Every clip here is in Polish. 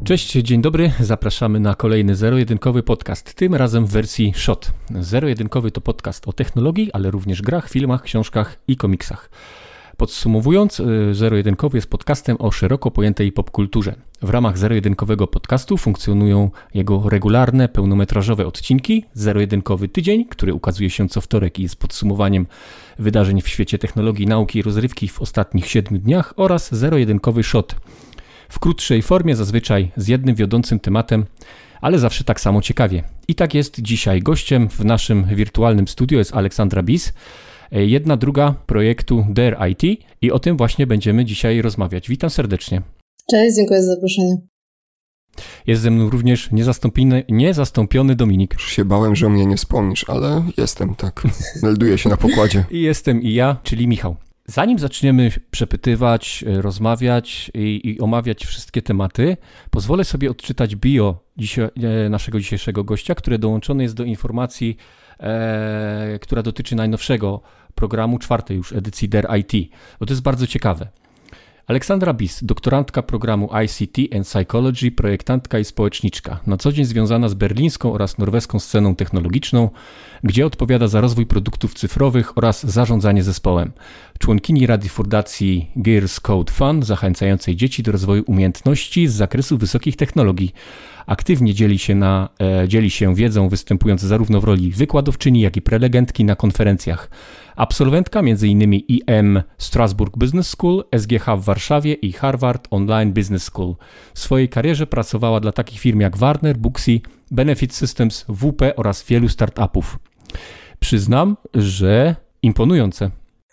Cześć, dzień dobry, zapraszamy na kolejny zero-jedynkowy podcast, tym razem w wersji SHOT. Zero-jedynkowy to podcast o technologii, ale również grach, filmach, książkach i komiksach. Podsumowując, zero-jedynkowy jest podcastem o szeroko pojętej popkulturze. W ramach zero-jedynkowego podcastu funkcjonują jego regularne, pełnometrażowe odcinki, zero-jedynkowy tydzień, który ukazuje się co wtorek i jest podsumowaniem wydarzeń w świecie technologii, nauki i rozrywki w ostatnich 7 dniach oraz zero-jedynkowy SHOT. W krótszej formie, zazwyczaj z jednym wiodącym tematem, ale zawsze tak samo ciekawie. I tak jest dzisiaj. Gościem w naszym wirtualnym studio jest Aleksandra Bis, jedna druga projektu Dare IT i o tym właśnie będziemy dzisiaj rozmawiać. Witam serdecznie. Cześć, dziękuję za zaproszenie. Jest ze mną również niezastąpiony Dominik. Już się bałem, że o mnie nie wspomnisz, ale jestem, tak. Melduję się na pokładzie. I jestem i ja, czyli Michał. Zanim zaczniemy przepytywać, rozmawiać i omawiać wszystkie tematy, pozwolę sobie odczytać bio naszego dzisiejszego gościa, które dołączone jest do informacji, która dotyczy najnowszego programu, 4. już edycji Dare IT, bo to jest bardzo ciekawe. Aleksandra Bis, doktorantka programu ICT and Psychology, projektantka i społeczniczka, na co dzień związana z berlińską oraz norweską sceną technologiczną, gdzie odpowiada za rozwój produktów cyfrowych oraz zarządzanie zespołem. Członkini Rady Fundacji Girls Code Fund, zachęcającej dzieci do rozwoju umiejętności z zakresu wysokich technologii. Aktywnie dzieli się wiedzą, występując zarówno w roli wykładowczyni, jak i prelegentki na konferencjach. Absolwentka m.in. IM Strasbourg Business School, SGH w Warszawie i Harvard Online Business School. W swojej karierze pracowała dla takich firm jak Warner, Booksy, Benefit Systems, WP oraz wielu startupów. Przyznam, że imponujące.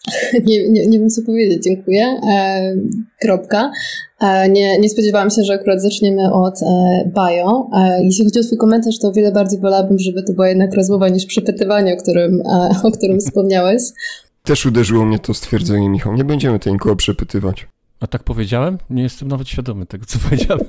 Nie wiem co powiedzieć, dziękuję. Kropka. Nie spodziewałam się, że akurat zaczniemy od bio. Jeśli chodzi o twój komentarz, to o wiele bardziej wolałabym, żeby to była jednak rozmowa niż przepytywanie, o którym wspomniałeś. Też uderzyło mnie to stwierdzenie, Michał. Nie będziemy tutaj nikogo przepytywać. A tak powiedziałem? Nie jestem nawet świadomy tego, co powiedziałem.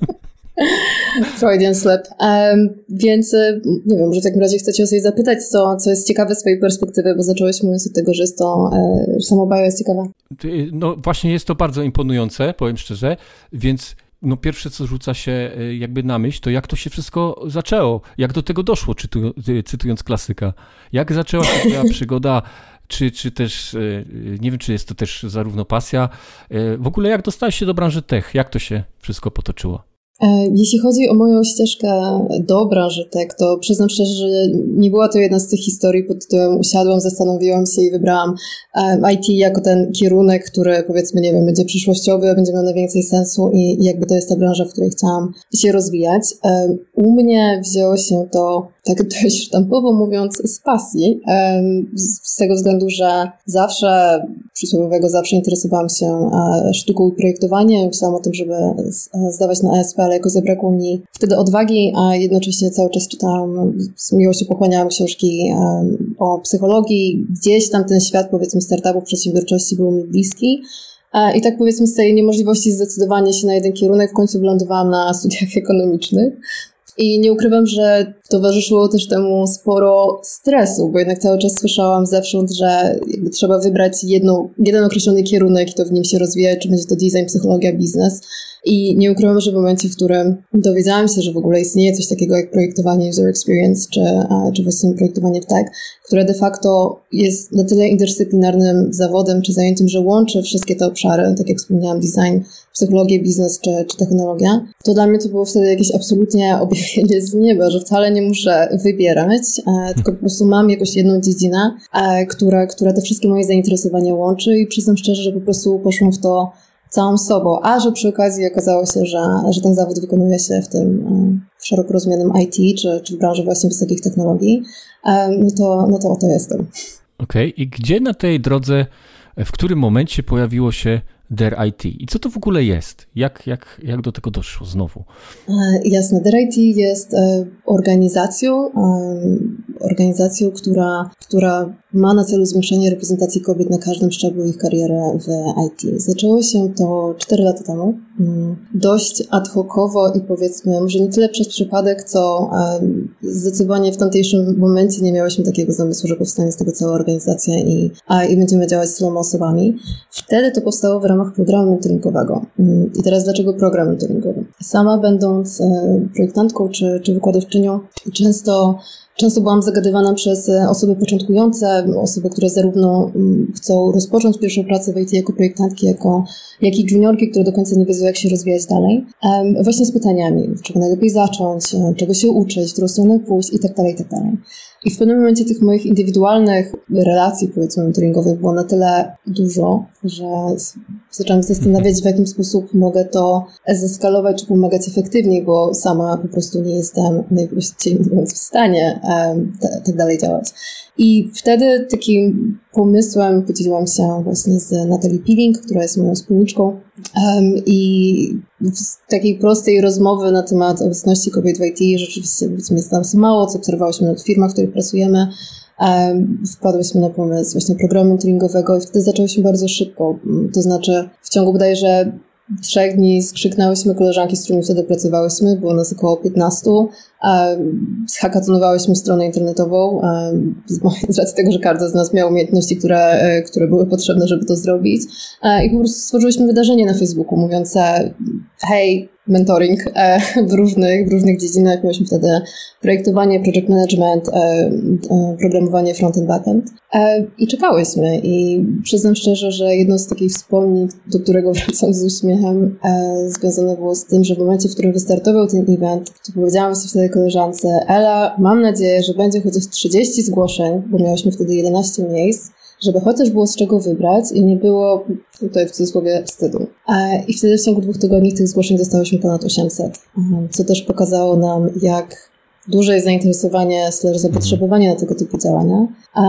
Freudian slip. Więc nie wiem, że w takim razie chcę cię o coś zapytać, co jest ciekawe z twojej perspektywy, bo zacząłeś mówiąc od tego, że jest to, że samo bio jest ciekawe. No właśnie jest to bardzo imponujące, powiem szczerze, więc no pierwsze co rzuca się jakby na myśl, to jak to się wszystko zaczęło, jak do tego doszło, cytując klasyka. Jak zaczęła się twoja przygoda, czy też, nie wiem, czy jest to też zarówno pasja, w ogóle jak dostałeś się do branży tech, jak to się wszystko potoczyło? Jeśli chodzi o moją ścieżkę do branży tech, to przyznam szczerze, że nie była to jedna z tych historii pod tytułem usiadłam, zastanowiłam się i wybrałam IT jako ten kierunek, który powiedzmy, nie wiem, będzie przyszłościowy, będzie miał najwięcej sensu i jakby to jest ta branża, w której chciałam się rozwijać. U mnie wzięło się to, tak dość sztampowo mówiąc, z pasji, z tego względu, że zawsze interesowałam się sztuką i projektowaniem, myślałam o tym, żeby zdawać na ESP, ale jakoś zabrakło mi wtedy odwagi, a jednocześnie cały czas czytałam, z miłością pochłaniałam książki o psychologii. Gdzieś tam ten świat, powiedzmy, startupów, przedsiębiorczości był mi bliski. I tak powiedzmy z tej niemożliwości zdecydowania się na jeden kierunek w końcu wylądowałam na studiach ekonomicznych. I nie ukrywam, że towarzyszyło też temu sporo stresu, bo jednak cały czas słyszałam zewsząd, że jakby trzeba wybrać jeden określony kierunek i to w nim się rozwijać, czy będzie to design, psychologia, biznes. I nie ukrywam, że w momencie, w którym dowiedziałam się, że w ogóle istnieje coś takiego jak projektowanie user experience, czy właściwie projektowanie w tech, które de facto jest na tyle interdyscyplinarnym zawodem czy zajęciem, że łączy wszystkie te obszary, tak jak wspomniałam, design, psychologię, biznes czy technologia, to dla mnie to było wtedy jakieś absolutnie objawienie z nieba, że wcale nie muszę wybierać, tylko po prostu mam jakąś jedną dziedzinę, która te wszystkie moje zainteresowania łączy i przyznam szczerze, że po prostu poszłam w to całą sobą, a że przy okazji okazało się, że ten zawód wykonuje się w tym szeroko rozumianym IT, czy w branży właśnie wysokich technologii, no to oto jestem. Okej. I gdzie na tej drodze, w którym momencie pojawiło się Dare IT? I co to w ogóle jest? Jak do tego doszło znowu? Jasne. Dare IT jest organizacją, która ma na celu zwiększenie reprezentacji kobiet na każdym szczeblu ich kariery w IT. Zaczęło się to 4 lata temu. Dość ad hocowo i powiedzmy, może nie tyle przez przypadek, co zdecydowanie w tamtejszym momencie nie miałyśmy takiego zamysłu, że powstanie z tego cała organizacja i będziemy działać z tyloma osobami. Wtedy to powstało w ramach programu mentoringowego. I teraz dlaczego program mentoringowy? Sama będąc projektantką czy wykładowczynią, Często byłam zagadywana przez osoby początkujące, osoby, które zarówno chcą rozpocząć pierwszą pracę w IT jako projektantki, jak i juniorki, które do końca nie wiedzą, jak się rozwijać dalej. Właśnie z pytaniami, czego najlepiej zacząć, czego się uczyć, w którą stronę pójść i tak dalej. I w pewnym momencie tych moich indywidualnych relacji, powiedzmy, mentoringowych było na tyle dużo, że zaczęłam zastanawiać, w jaki sposób mogę to zeskalować, czy pomagać efektywniej, bo sama po prostu nie jestem najprościej mówiąc w stanie tak dalej działać. I wtedy takim pomysłem podzieliłam się właśnie z Natalie Pilling, która jest moją wspólniczką, i z takiej prostej rozmowy na temat obecności kobiet w IT, rzeczywiście jest tam mało, co obserwowałyśmy w firmach, w których pracujemy, wpadłyśmy na pomysł właśnie programu mentoringowego i wtedy zaczęłyśmy bardzo szybko. To znaczy w ciągu bodajże 3 dni skrzyknęłyśmy koleżanki, z którymi wtedy pracowałyśmy, było nas około 15, zhakatonowałyśmy stronę internetową, z racji tego, że każda z nas miała umiejętności, które były potrzebne, żeby to zrobić, i po prostu stworzyłyśmy wydarzenie na Facebooku mówiące hej, mentoring w różnych dziedzinach. Mieliśmy wtedy projektowanie, project management, programowanie front-end, back-end i czekałyśmy. I przyznam szczerze, że jedno z takich wspomnień, do którego wracam z uśmiechem, związane było z tym, że w momencie, w którym wystartował ten event, to powiedziałam sobie wtedy koleżance: Ela, mam nadzieję, że będzie chociaż 30 zgłoszeń, bo miałyśmy wtedy 11 miejsc, żeby chociaż było z czego wybrać i nie było, tutaj w cudzysłowie, wstydu. I wtedy w ciągu 2 tygodni tych zgłoszeń dostałyśmy ponad 800, co też pokazało nam, jak duże jest zainteresowanie, zapotrzebowanie na tego typu działania.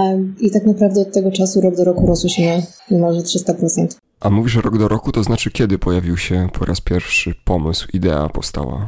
I tak naprawdę od tego czasu rok do roku rosłyśmy niemalże 300%. A mówisz rok do roku, to znaczy kiedy pojawił się po raz pierwszy pomysł, idea powstała?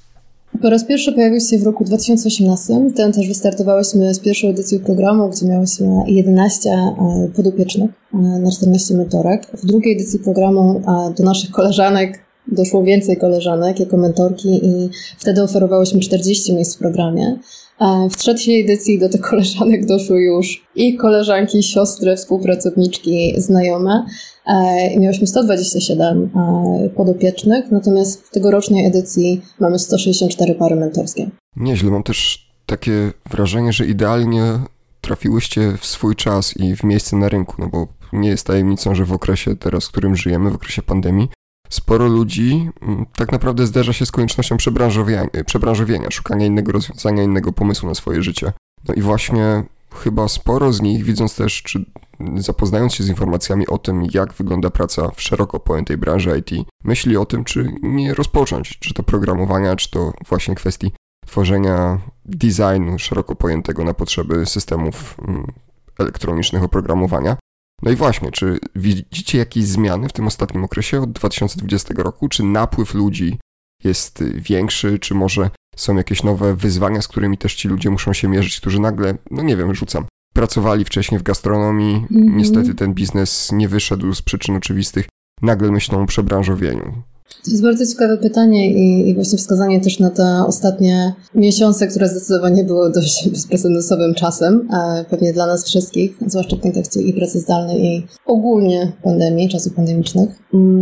Po raz pierwszy pojawił się w roku 2018. Wtedy też wystartowałyśmy z pierwszą edycją programu, gdzie miałyśmy 11 podopiecznych na 14 mentorek. W drugiej edycji programu do naszych koleżanek doszło więcej koleżanek jako mentorki i wtedy oferowałyśmy 40 miejsc w programie. W trzeciej edycji do tych koleżanek doszły już i koleżanki, siostry, współpracowniczki, znajome. Miałyśmy 127 podopiecznych, natomiast w tegorocznej edycji mamy 164 pary mentorskie. Nieźle, mam też takie wrażenie, że idealnie trafiłyście w swój czas i w miejsce na rynku, no bo nie jest tajemnicą, że w okresie teraz, w którym żyjemy, w okresie pandemii, sporo ludzi tak naprawdę zderza się z koniecznością przebranżowienia, szukania innego rozwiązania, innego pomysłu na swoje życie. No i właśnie chyba sporo z nich, widząc też, czy zapoznając się z informacjami o tym, jak wygląda praca w szeroko pojętej branży IT, myśli o tym, czy nie rozpocząć, czy to programowania, czy to właśnie kwestii tworzenia designu szeroko pojętego na potrzeby systemów elektronicznych oprogramowania. No i właśnie, czy widzicie jakieś zmiany w tym ostatnim okresie od 2020 roku? Czy napływ ludzi jest większy, czy może są jakieś nowe wyzwania, z którymi też ci ludzie muszą się mierzyć, którzy nagle, no nie wiem, pracowali wcześniej w gastronomii, niestety ten biznes nie wyszedł z przyczyn oczywistych, nagle myślą o przebranżowieniu. To jest bardzo ciekawe pytanie i właśnie wskazanie też na te ostatnie miesiące, które zdecydowanie były dość bezprecedensowym czasem, pewnie dla nas wszystkich, zwłaszcza w kontekście i pracy zdalnej i ogólnie pandemii, czasów pandemicznych.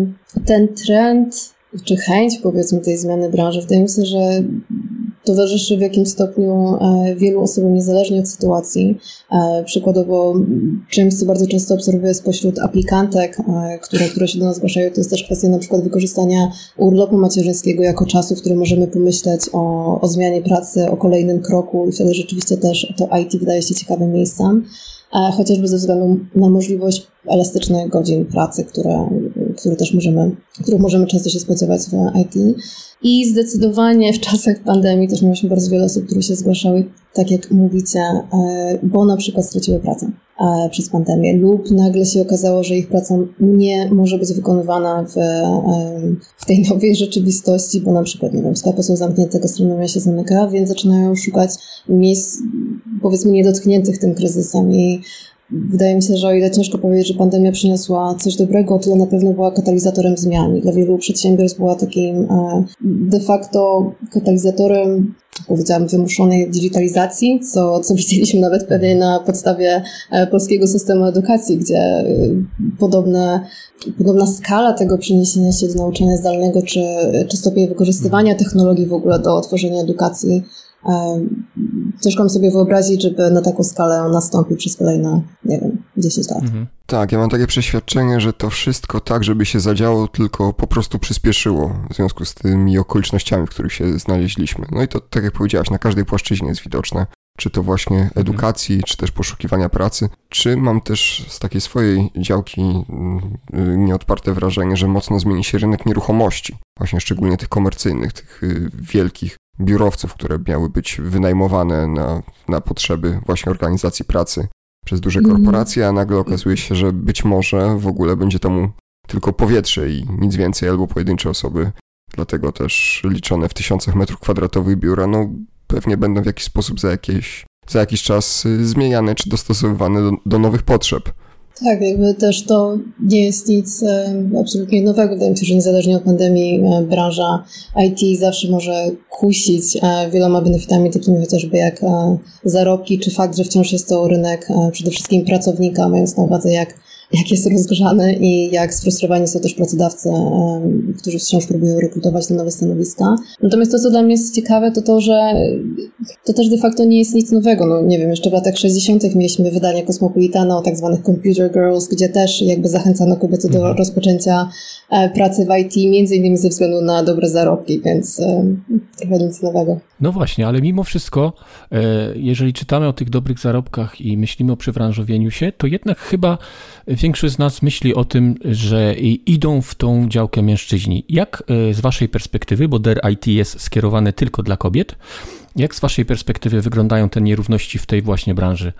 Ten trend czy chęć, powiedzmy, tej zmiany branży, wydaje mi się, że towarzyszy w jakimś stopniu wielu osobom niezależnie od sytuacji. Przykładowo czymś, co bardzo często obserwuję spośród aplikantek, które się do nas zgłaszają, to jest też kwestia na przykład wykorzystania urlopu macierzyńskiego jako czasu, w którym możemy pomyśleć o zmianie pracy, o kolejnym kroku i wtedy rzeczywiście też to IT wydaje się ciekawym miejscem, chociażby ze względu na możliwość elastycznych godzin pracy, których możemy często się spodziewać w IT. I zdecydowanie w czasach pandemii też mieliśmy bardzo wiele osób, które się zgłaszały, tak jak mówicie, bo na przykład straciły pracę przez pandemię lub nagle się okazało, że ich praca nie może być wykonywana w tej nowej rzeczywistości, bo na przykład, nie wiem, sklepy są zamknięte, gastronomia się zamyka, więc zaczynają szukać miejsc, powiedzmy, niedotkniętych tym kryzysem i wydaje mi się, że o ile ciężko powiedzieć, że pandemia przyniosła coś dobrego, tyle na pewno była katalizatorem zmian. Dla wielu przedsiębiorstw była takim de facto katalizatorem, powiedziałam, wymuszonej digitalizacji, co widzieliśmy nawet pewnie na podstawie polskiego systemu edukacji, gdzie podobna skala tego przeniesienia się do nauczania zdalnego, czy stopień wykorzystywania technologii w ogóle do tworzenia edukacji. Ciężko mi sobie wyobrazić, żeby na taką skalę on nastąpił przez kolejne, 10 lat. Tak, ja mam takie przeświadczenie, że to wszystko tak, żeby się zadziało, tylko po prostu przyspieszyło w związku z tymi okolicznościami, w których się znaleźliśmy. No i to, tak jak powiedziałaś, na każdej płaszczyźnie jest widoczne. Czy to właśnie edukacji, czy też poszukiwania pracy, czy mam też z takiej swojej działki nieodparte wrażenie, że mocno zmieni się rynek nieruchomości, właśnie szczególnie tych komercyjnych, tych wielkich biurowców, które miały być wynajmowane na potrzeby właśnie organizacji pracy przez duże korporacje, a nagle okazuje się, że być może w ogóle będzie tam tylko powietrze i nic więcej, albo pojedyncze osoby, dlatego też liczone w tysiącach metrów kwadratowych biura, pewnie będą w jakiś sposób za jakiś czas zmieniane czy dostosowywane do nowych potrzeb. Tak, jakby też to nie jest nic absolutnie nowego. Wydaje mi się, że niezależnie od pandemii branża IT zawsze może kusić wieloma benefitami takimi chociażby jak zarobki, czy fakt, że wciąż jest to rynek przede wszystkim pracownika, mając na uwadze jak jest rozgrzany i jak sfrustrowani są też pracodawcy, którzy wciąż próbują rekrutować na nowe stanowiska. Natomiast to, co dla mnie jest ciekawe, to że to też de facto nie jest nic nowego. Nie wiem, jeszcze w latach 60. mieliśmy wydanie Cosmopolitana o tak zwanych Computer Girls, gdzie też jakby zachęcano kobiety do rozpoczęcia pracy w IT, między innymi ze względu na dobre zarobki, więc trochę nic nowego. No właśnie, ale mimo wszystko, jeżeli czytamy o tych dobrych zarobkach i myślimy o przebranżowieniu się, to jednak chyba większość z nas myśli o tym, że idą w tą działkę mężczyźni. Jak z waszej perspektywy, bo DER IT jest skierowane tylko dla kobiet, jak z waszej perspektywy wyglądają te nierówności w tej właśnie branży?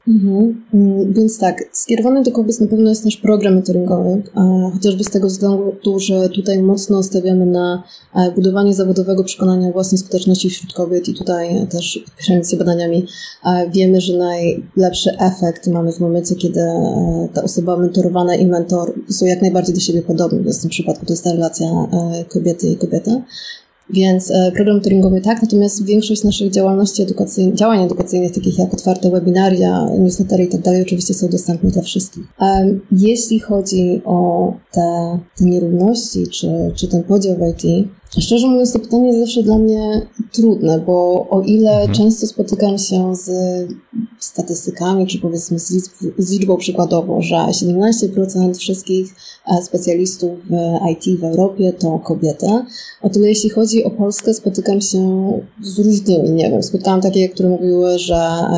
Więc tak, skierowany do kobiet na pewno jest nasz program mentoringowy, chociażby z tego względu, że tutaj mocno stawiamy na budowanie zawodowego przekonania o własnej skuteczności wśród kobiet i tutaj też podpierając się badaniami wiemy, że najlepszy efekt mamy w momencie, kiedy ta osoba mentorowana i mentor są jak najbardziej do siebie podobni. W tym przypadku to jest ta relacja kobiety i kobiety. Więc program mentoringowy tak, natomiast większość naszych działań edukacyjnych, takich jak otwarte webinaria, newslettery i tak dalej, oczywiście są dostępne dla wszystkich. Jeśli chodzi o te nierówności, czy ten podział w IT, szczerze mówiąc, to pytanie jest zawsze dla mnie trudne, bo o ile często spotykam się z statystykami, czy powiedzmy z liczbą przykładowo, że 17% wszystkich specjalistów w IT w Europie to kobiety, o tyle jeśli chodzi o Polskę, spotykam się z różnymi, spotkałam takie, które mówiły, że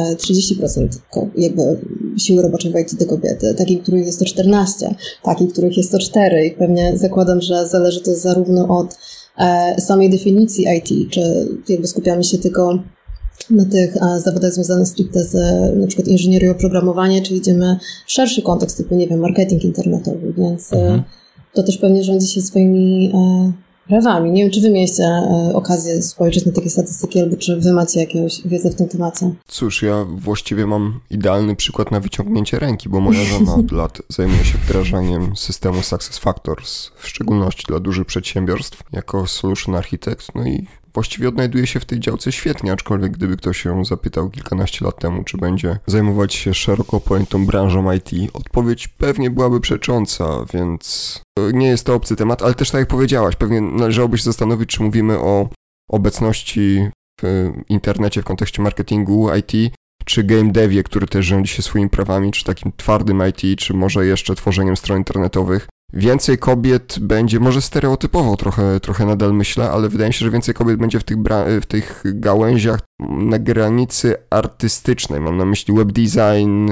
30% jakby siły roboczej w IT to kobiety, takich, których jest to 14, takich, których jest to 4 i pewnie zakładam, że zależy to zarówno od samej definicji IT, czy jakby skupiamy się tylko na tych zawodach związanych stricte z na przykład inżynierią oprogramowania, czy idziemy w szerszy kontekst typu, marketing internetowy, więc to też pewnie rządzi się swoimi prawami. Nie wiem, czy wy mieliście okazję spojrzeć na takie statystyki, albo czy wy macie jakąś wiedzę w tym temacie? Cóż, ja właściwie mam idealny przykład na wyciągnięcie ręki, bo moja żona od lat zajmuje się wdrażaniem systemu SuccessFactors, w szczególności dla dużych przedsiębiorstw, jako solution architect, i właściwie odnajduje się w tej działce świetnie, aczkolwiek gdyby ktoś się zapytał kilkanaście lat temu, czy będzie zajmować się szeroko pojętą branżą IT, odpowiedź pewnie byłaby przecząca, więc nie jest to obcy temat, ale też tak jak powiedziałaś, pewnie należałoby się zastanowić, czy mówimy o obecności w internecie w kontekście marketingu IT, czy game devie, który też rządzi się swoimi prawami, czy takim twardym IT, czy może jeszcze tworzeniem stron internetowych. Więcej kobiet będzie, może stereotypowo trochę nadal myślę, ale wydaje mi się, że więcej kobiet będzie w tych gałęziach na granicy artystycznej. Mam na myśli web design,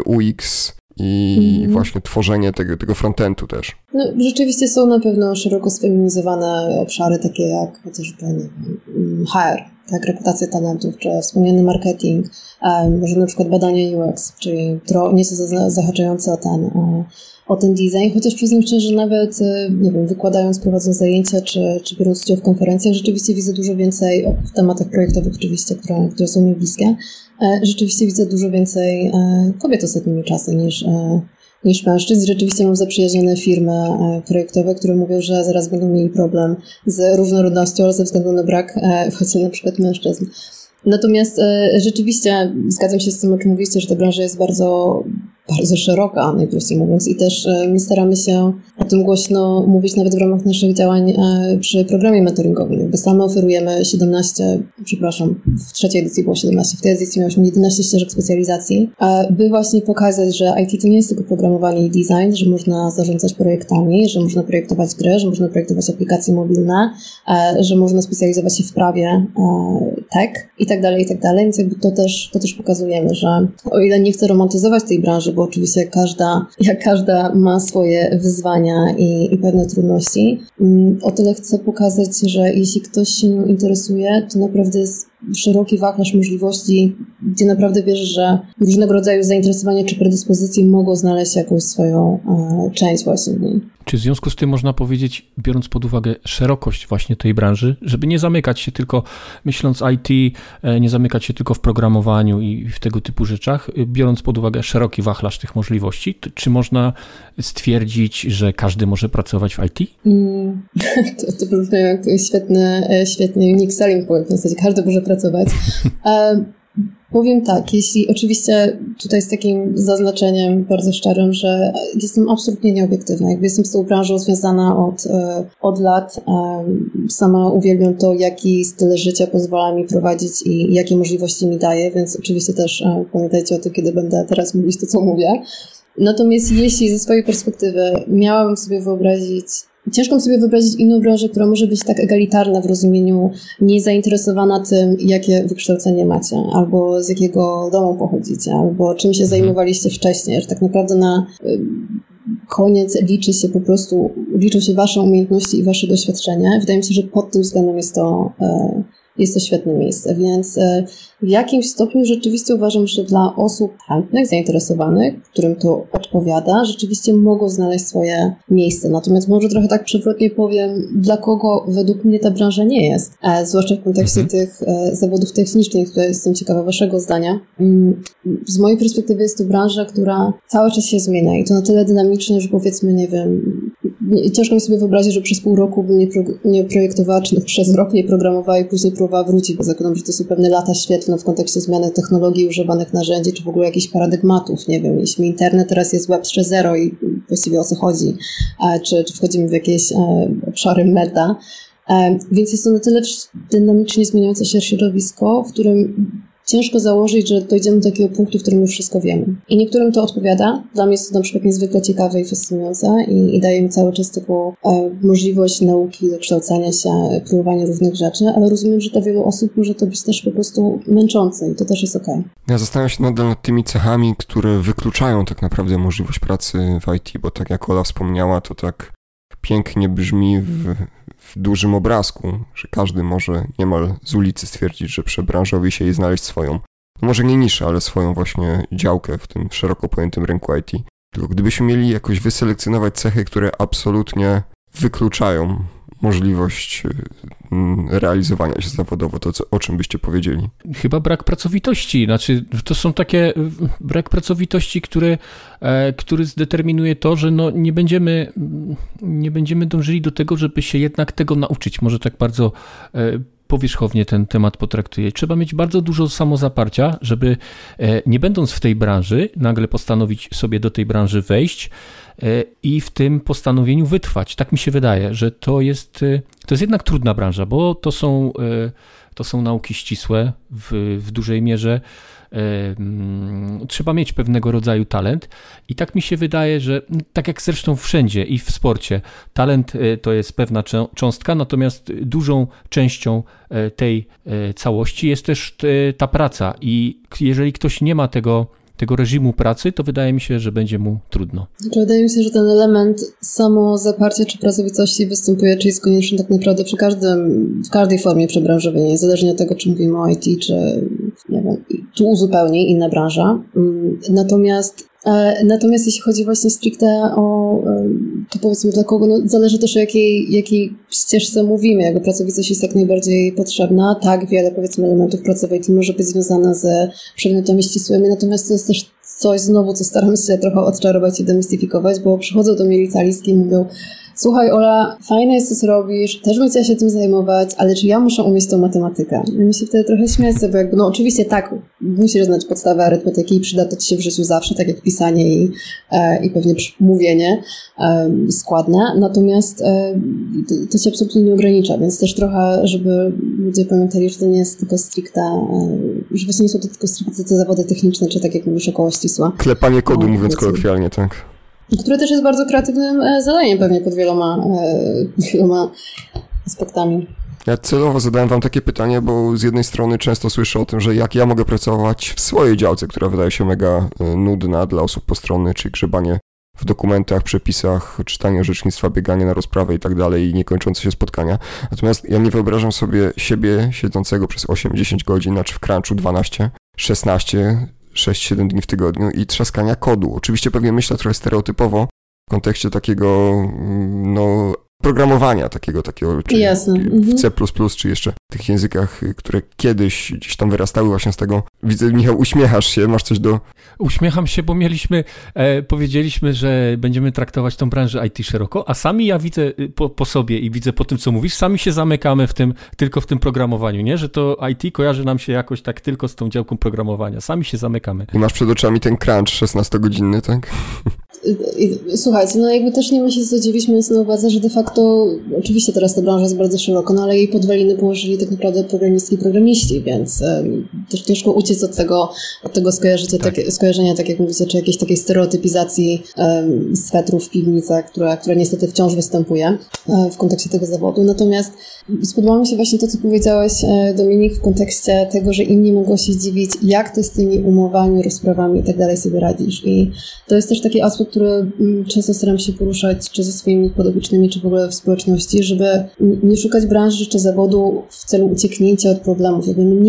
UX i właśnie tworzenie tego frontendu też. Rzeczywiście są na pewno szeroko sfeminizowane obszary, takie jak chociażby HR, tak, reputację talentów, czy wspomniany marketing, może na przykład badanie UX, czyli nieco zahaczające o ten design, chociaż przyznam szczerze, że nawet, nie wiem, wykładając, prowadząc zajęcia, czy biorąc udział w konferencjach, rzeczywiście widzę dużo więcej, w tematach projektowych oczywiście, które są mi bliskie, rzeczywiście widzę dużo więcej kobiet ostatnimi czasy niż mężczyzn. Rzeczywiście mam zaprzyjaźnione firmy projektowe, które mówią, że zaraz będą mieli problem z różnorodnością ze względu na brak właśnie na przykład mężczyzn. Natomiast rzeczywiście zgadzam się z tym, o czym mówiliście, że ta branża jest bardzo, bardzo szeroka, najprościej mówiąc, i też my staramy się o tym głośno mówić nawet w ramach naszych działań przy programie mentoringowym. Jakby same oferujemy w trzeciej edycji było 17, w tej edycji mieliśmy 11 ścieżek specjalizacji, by właśnie pokazać, że IT to nie jest tylko programowanie i design, że można zarządzać projektami, że można projektować gry, że można projektować aplikacje mobilne, że można specjalizować się w prawie, tech i tak dalej, więc jakby to też pokazujemy, że o ile nie chcę romantyzować tej branży, bo oczywiście jak każda ma swoje wyzwania i pewne trudności, o tyle chcę pokazać, że jeśli ktoś się nią interesuje, to naprawdę jest szeroki wachlarz możliwości, gdzie naprawdę wierzę, że różnego rodzaju zainteresowania czy predyspozycje mogą znaleźć jakąś swoją część właśnie w niej. Czy w związku z tym można powiedzieć, biorąc pod uwagę szerokość właśnie tej branży, żeby nie zamykać się tylko, myśląc IT, nie zamykać się tylko w programowaniu i w tego typu rzeczach, biorąc pod uwagę szeroki wachlarz tych możliwości, czy można stwierdzić, że każdy może pracować w IT? To brzmi jak świetny unique selling point, w zasadzie każdy może pracować. Powiem tak, jeśli oczywiście tutaj z takim zaznaczeniem bardzo szczerym, że jestem absolutnie nieobiektywna. Jakby jestem z tą branżą związana od lat. Sama uwielbiam to, jaki styl życia pozwala mi prowadzić i jakie możliwości mi daje, więc oczywiście też pamiętajcie o tym, kiedy będę teraz mówić to, co mówię. Natomiast jeśli ze swojej perspektywy miałabym sobie wyobrazić, ciężko mi sobie wyobrazić inną branżę, która może być tak egalitarna w rozumieniu niezainteresowana tym, jakie wykształcenie macie, albo z jakiego domu pochodzicie, albo czym się zajmowaliście wcześniej, że tak naprawdę na koniec liczą się wasze umiejętności i wasze doświadczenie. Wydaje mi się, że pod tym względem jest to świetne miejsce, więc w jakimś stopniu rzeczywiście uważam, że dla osób chętnych, zainteresowanych, którym to odpowiada, rzeczywiście mogą znaleźć swoje miejsce. Natomiast może trochę tak przewrotnie powiem, dla kogo według mnie ta branża nie jest, zwłaszcza w kontekście tych zawodów technicznych, które jestem ciekawa waszego zdania. Z mojej perspektywy jest to branża, która cały czas się zmienia i to na tyle dynamicznie, że powiedzmy, nie wiem, ciężko mi sobie wyobrazić, że przez pół roku bym nie projektowała, czy przez rok nie programowała i później próbowała wrócić, bo zakładam, że to są pewne lata świetlne w kontekście zmiany technologii, używanych narzędzi, czy w ogóle jakichś paradygmatów. Nie wiem, jeśli internet teraz jest Web 3.0 i właściwie o co chodzi, czy wchodzimy w jakieś obszary meta. Więc jest to na tyle dynamicznie zmieniające się środowisko, w którym ciężko założyć, że dojdziemy do takiego punktu, w którym już wszystko wiemy. I niektórym to odpowiada. Dla mnie jest to na przykład niezwykle ciekawe i fascynujące i daje mi cały czas taką możliwość nauki, dokształcania się, próbowania różnych rzeczy, ale rozumiem, że dla wielu osób może to być też po prostu męczące i to też jest okej. Ja zastanawiam się nadal nad tymi cechami, które wykluczają tak naprawdę możliwość pracy w IT, bo tak jak Ola wspomniała, to tak pięknie brzmi w dużym obrazku, że każdy może niemal z ulicy stwierdzić, że przebranżowi się i znaleźć swoją, no może nie niszę, ale swoją właśnie działkę w tym szeroko pojętym rynku IT. Tylko gdybyśmy mieli jakoś wyselekcjonować cechy, które absolutnie wykluczają możliwość realizowania się zawodowo, to o czym byście powiedzieli? Chyba brak pracowitości. Znaczy, to są takie brak pracowitości, który zdeterminuje to, że no nie będziemy dążyli do tego, żeby się jednak tego nauczyć. Może tak bardzo powierzchownie ten temat potraktuję. Trzeba mieć bardzo dużo samozaparcia, żeby nie będąc w tej branży, nagle postanowić sobie do tej branży wejść i w tym postanowieniu wytrwać. Tak mi się wydaje, że to jest jednak trudna branża, bo to są nauki ścisłe w dużej mierze. Trzeba mieć pewnego rodzaju talent i tak mi się wydaje, że tak jak zresztą wszędzie i w sporcie, talent to jest pewna cząstka, natomiast dużą częścią tej całości jest też ta praca i jeżeli ktoś nie ma tego reżimu pracy, to wydaje mi się, że będzie mu trudno. Wydaje mi się, że ten element samozaparcia czy pracowitości występuje, czy jest konieczny tak naprawdę w każdej formie przebranżowienia, niezależnie od tego, czy mówimy o IT, czy nie wiem, tu uzupełni inna branża. Natomiast jeśli chodzi właśnie stricte o to, powiedzmy dla kogo, zależy też o jakiej ścieżce mówimy. Jakby pracowitość jest jak najbardziej potrzebna. Tak, wiele powiedzmy elementów pracowitości może być związane z przedmiotami ścisłymi, natomiast to jest też coś znowu, co staramy się trochę odczarować i demistyfikować, bo przychodzą do mnie licealistki i mówią: słuchaj, Ola, fajne jest, co robisz, też bym chciała się tym zajmować, ale czy ja muszę umieć tą matematykę? I mi się wtedy trochę śmiać sobie, jakby, oczywiście tak, musisz znać podstawę arytmetyki i przyda to ci się w życiu zawsze, tak jak pisanie i pewnie mówienie składne, natomiast to cię absolutnie nie ogranicza, więc też trochę, żeby ludzie pamiętali, że to nie jest tylko stricte, że właśnie nie są to tylko stricte te zawody techniczne, czy tak jak mówisz, około ścisłe. Klepanie kodu, mówiąc kolokwialnie, tak. Które też jest bardzo kreatywnym zadaniem pewnie pod wieloma aspektami. Ja celowo zadałem wam takie pytanie, bo z jednej strony często słyszę o tym, że jak ja mogę pracować w swojej działce, która wydaje się mega nudna dla osób postronnych, czyli grzebanie w dokumentach, przepisach, czytanie orzecznictwa, bieganie na rozprawę i tak dalej i niekończące się spotkania. Natomiast ja nie wyobrażam sobie siebie siedzącego przez 8-10 godzin, znaczy w crunchu 12, 16, 6-7 dni w tygodniu i trzaskania kodu. Oczywiście pewnie myślę trochę stereotypowo w kontekście takiego, programowania takiego, czy w C++, czy jeszcze w tych językach, które kiedyś gdzieś tam wyrastały właśnie z tego. Widzę, Michał, uśmiechasz się, masz coś do... Uśmiecham się, bo powiedzieliśmy, że będziemy traktować tą branżę IT szeroko, a sami ja widzę po sobie i widzę po tym, co mówisz, sami się zamykamy tylko w tym programowaniu, nie? Że to IT kojarzy nam się jakoś tak tylko z tą działką programowania. Sami się zamykamy. I masz przed oczami ten crunch 16-godzinny, tak? Słuchajcie, jakby też nie ma się co dziwić, mając na uwadze, że de facto, oczywiście teraz ta branża jest bardzo szeroko, ale jej podwaliny położyli tak naprawdę programistki i programiści, więc też ciężko uciec od tego skojarzenia, tak jak mówicie, czy jakiejś takiej stereotypizacji swetrów w piwnicach, która niestety wciąż występuje w kontekście tego zawodu. Natomiast spodobało mi się właśnie to, co powiedziałeś, Dominik, w kontekście tego, że inni mogą się dziwić, jak ty z tymi umowami, rozprawami i tak dalej sobie radzisz. I to jest też taki aspekt, który często staram się poruszać, czy ze swoimi podopiecznymi, czy w ogóle w społeczności, żeby nie szukać branży czy zawodu w celu ucieknięcia od problemów.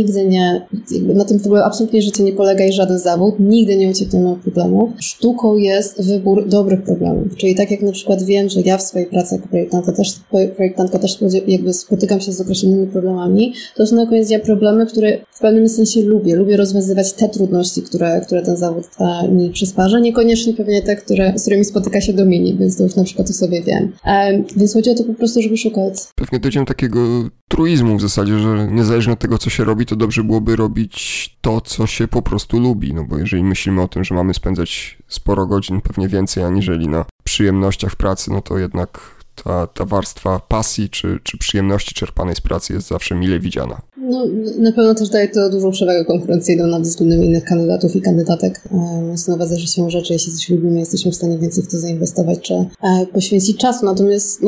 Na tym w ogóle absolutnie życie nie polega i żaden zawód. Nigdy nie uciekniemy od problemów. Sztuką jest wybór dobrych problemów. Czyli tak jak na przykład wiem, że ja w swojej pracy jako projektantka też jakby spotykam się z określonymi problemami, to są na koniec dnia problemy, które w pewnym sensie lubię. Lubię rozwiązywać te trudności, które ten zawód mi przysparza. Niekoniecznie pewnie te, z którymi spotyka się Dominik, więc to już na przykład o sobie wiem. Więc chodzi o to po prostu, żeby szukać. Pewnie dojdziemy takiego truizmu w zasadzie, że niezależnie od tego, co się robi, to dobrze byłoby robić to, co się po prostu lubi, bo jeżeli myślimy o tym, że mamy spędzać sporo godzin, pewnie więcej aniżeli na przyjemnościach w pracy, to jednak ta warstwa pasji czy przyjemności czerpanej z pracy jest zawsze mile widziana. Na pewno też daje to dużą przewagę konkurencyjną nad względem innych kandydatów i kandydatek. Mając na uwadze, że siłą rzeczy, jeśli coś lubimy, jesteśmy w stanie więcej w to zainwestować czy poświęcić czasu. Natomiast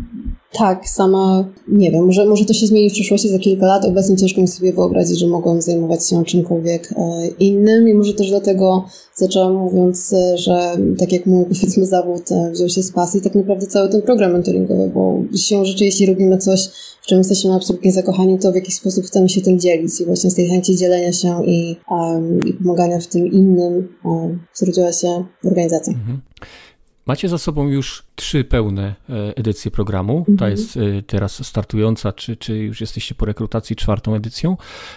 tak, sama nie wiem, może to się zmieni w przyszłości za kilka lat. Obecnie ciężko mi sobie wyobrazić, że mogłam zajmować się czymkolwiek innym i może też dlatego zaczęłam mówiąc, że tak jak mój, powiedzmy, zawód wziął się z pasji, tak naprawdę cały ten program mentoringowy, bo siłą rzeczy, jeśli robimy coś, w czym jesteśmy absolutnie zakochani, to w jakiś sposób chcemy się tym dzielić i właśnie z tej chęci dzielenia się i pomagania w tym innym zrodziła się organizacja. Mhm. Macie za sobą już 3 pełne edycje programu. Ta jest teraz startująca, czy już jesteście po rekrutacji 4. edycją.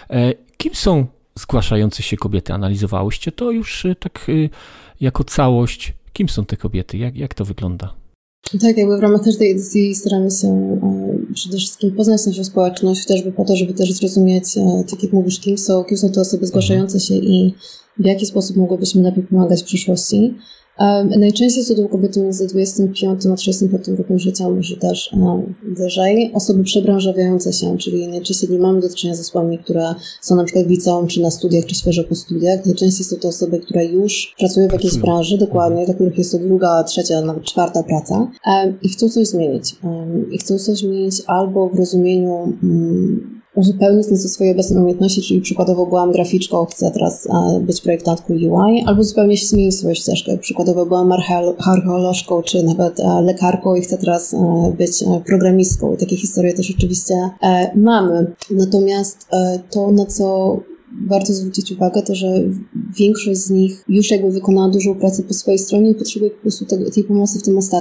Kim są zgłaszające się kobiety? Analizowałyście to już tak jako całość? Kim są te kobiety? Jak to wygląda? Tak, jakby w ramach każdej edycji staramy się przede wszystkim poznać naszą społeczność, chociażby po to, żeby też zrozumieć, tak jak mówisz, kim są te osoby zgłaszające się i w jaki sposób mogłybyśmy lepiej pomagać w przyszłości. Najczęściej są to kobiety między 25 a 35 rokiem życia, może też wyżej. Osoby przebranżawiające się, czyli najczęściej nie mamy do czynienia z osobami, które są na przykład w liceum, czy na studiach, czy świeżo po studiach. Najczęściej są to osoby, które już pracują w jakiejś branży, dokładnie, dla których jest to 2., 3., nawet 4. praca i chcą coś zmienić. I chcą coś zmienić albo w rozumieniu uzupełnić nieco swoje obecne umiejętności, czyli przykładowo byłam graficzką, chcę teraz być projektantką UI, albo zupełnie zmienić swoją ścieżkę. Przykładowo byłam archeolożką, czy nawet lekarką i chcę teraz być programistką. I takie historie też oczywiście mamy. Natomiast to, na co warto zwrócić uwagę, to że większość z nich już jakby wykonała dużą pracę po swojej stronie i potrzebuje po prostu tej pomocy w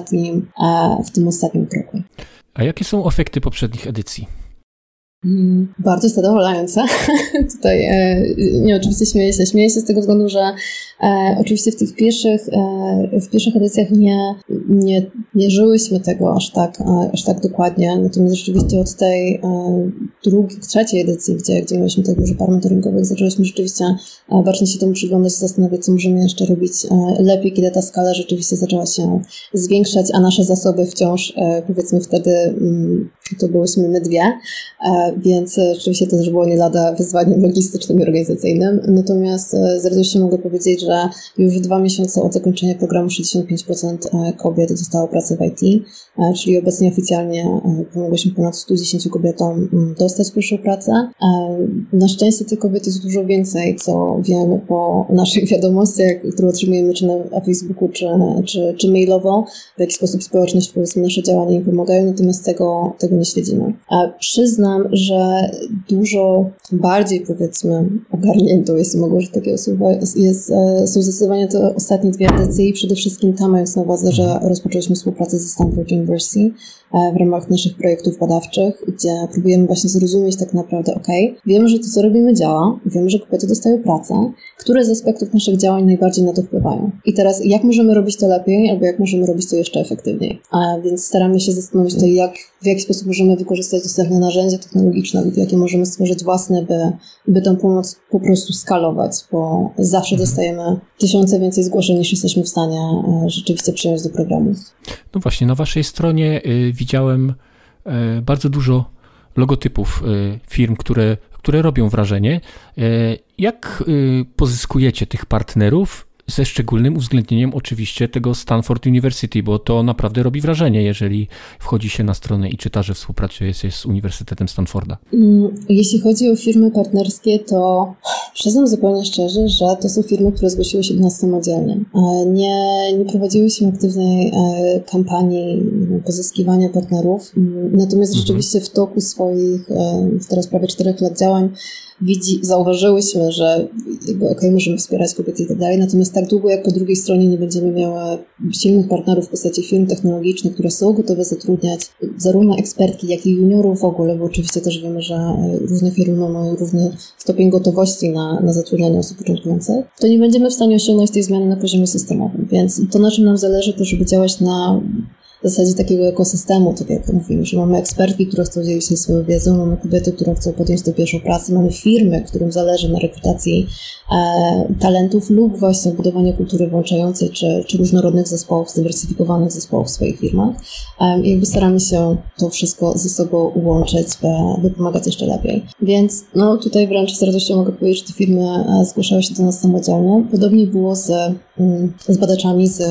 tym ostatnim kroku. A jakie są efekty poprzednich edycji? Bardzo zadowalające. Tutaj oczywiście śmieję się z tego względu, że oczywiście w tych pierwszych edycjach nie mierzyłyśmy tego aż tak dokładnie, natomiast rzeczywiście od tej trzeciej edycji, gdzie mieliśmy tak dużo par mentoringowych, zaczęliśmy rzeczywiście bacznie się temu przyglądać i zastanawiać, co możemy jeszcze robić lepiej, kiedy ta skala rzeczywiście zaczęła się zwiększać, a nasze zasoby wciąż, powiedzmy wtedy, to byłyśmy my dwie, więc rzeczywiście to też było nie lada wyzwaniem logistycznym i organizacyjnym. Natomiast z radością mogę powiedzieć, że już w 2 miesiące od zakończenia programu 65% kobiet dostało pracę w IT, czyli obecnie oficjalnie pomogłyśmy ponad 110 kobietom dostać pierwszą pracę. Na szczęście tych kobiet jest dużo więcej, co wiemy po naszych wiadomościach, które otrzymujemy czy na Facebooku, czy mailowo, w jaki sposób społeczność, powiedzmy, nasze działania im pomagają, natomiast tego nie śledzimy. Przyznam, że dużo bardziej, powiedzmy, ogarniętą, jeśli mogę użyć takiego słowa, są zdecydowanie te ostatnie 2 edycje i przede wszystkim tam, mając na uwadze, że rozpoczęliśmy współpracę ze Stanford University w ramach naszych projektów badawczych, gdzie próbujemy właśnie zrozumieć tak naprawdę, wiemy, że to, co robimy, działa, wiemy, że kobiety dostają pracę, które z aspektów naszych działań najbardziej na to wpływają. I teraz, jak możemy robić to lepiej, albo jak możemy robić to jeszcze efektywniej. Więc staramy się zastanowić to, w jaki sposób możemy wykorzystać dostępne narzędzia technologiczne lub jakie możemy stworzyć własne, by tą pomoc po prostu skalować, bo zawsze dostajemy tysiące więcej zgłoszeń, niż jesteśmy w stanie rzeczywiście przyjąć do programu. No właśnie, na waszej stronie widziałem bardzo dużo logotypów firm, które robią wrażenie. Jak pozyskujecie tych partnerów? Ze szczególnym uwzględnieniem oczywiście tego Stanford University, bo to naprawdę robi wrażenie, jeżeli wchodzi się na stronę i czyta, że współpracuje się z Uniwersytetem Stanforda. Jeśli chodzi o firmy partnerskie, to przyznam zupełnie szczerze, że to są firmy, które zgłosiły się do nas samodzielnie. Nie prowadziłyśmy aktywnej kampanii pozyskiwania partnerów, natomiast rzeczywiście w toku swoich teraz prawie 4 lat działań zauważyłyśmy, że możemy wspierać kobiety i tak dalej, natomiast tak długo jak po drugiej stronie nie będziemy miały silnych partnerów w postaci firm technologicznych, które są gotowe zatrudniać zarówno ekspertki, jak i juniorów w ogóle, bo oczywiście też wiemy, że różne firmy mają różny stopień gotowości na zatrudnianie osób początkujących, to nie będziemy w stanie osiągnąć tej zmiany na poziomie systemowym. Więc to, na czym nam zależy, to żeby działać na w zasadzie takiego ekosystemu, tak jak mówimy, że mamy ekspertki, które chcą dzielić się swoją wiedzą, mamy kobiety, które chcą podjąć tę pierwszą pracę, mamy firmy, którym zależy na rekrutacji talentów lub właśnie budowaniu kultury włączającej, czy różnorodnych zespołów, zdywersyfikowanych zespołów w swoich firmach. I jakby staramy się to wszystko ze sobą łączyć, by pomagać jeszcze lepiej. Więc tutaj wręcz z radością mogę powiedzieć, że te firmy zgłaszały się do nas samodzielnie. Podobnie było z badaczami z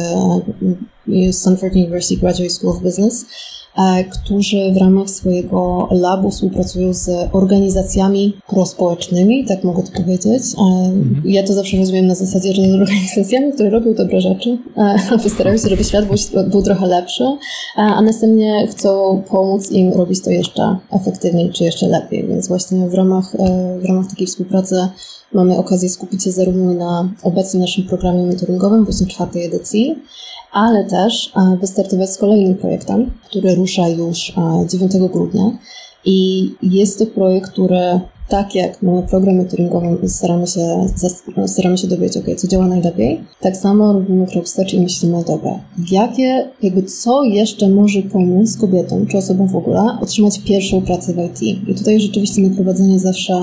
Stanford University Graduate School of Business, którzy w ramach swojego labu współpracują z organizacjami prospołecznymi, tak mogę to powiedzieć. Ja to zawsze rozumiem na zasadzie, że z organizacjami, które robią dobre rzeczy, postarają się, żeby świat był trochę lepszy, a następnie chcą pomóc im robić to jeszcze efektywniej, czy jeszcze lepiej. Więc właśnie w ramach takiej współpracy mamy okazję skupić się zarówno na obecnym naszym programie mentoringowym, właśnie 4. edycji, ale też wystartować z kolejnym projektem, który rusza już 9 grudnia. I jest to projekt, który tak jak mamy program mentoringowy, staramy się dowiedzieć, co działa najlepiej. Tak samo robimy krok wstecz i myślimy, dobra, co jeszcze może pomóc kobietom, czy osobom w ogóle, otrzymać pierwszą pracę w IT. I tutaj rzeczywiście na prowadzenie zawsze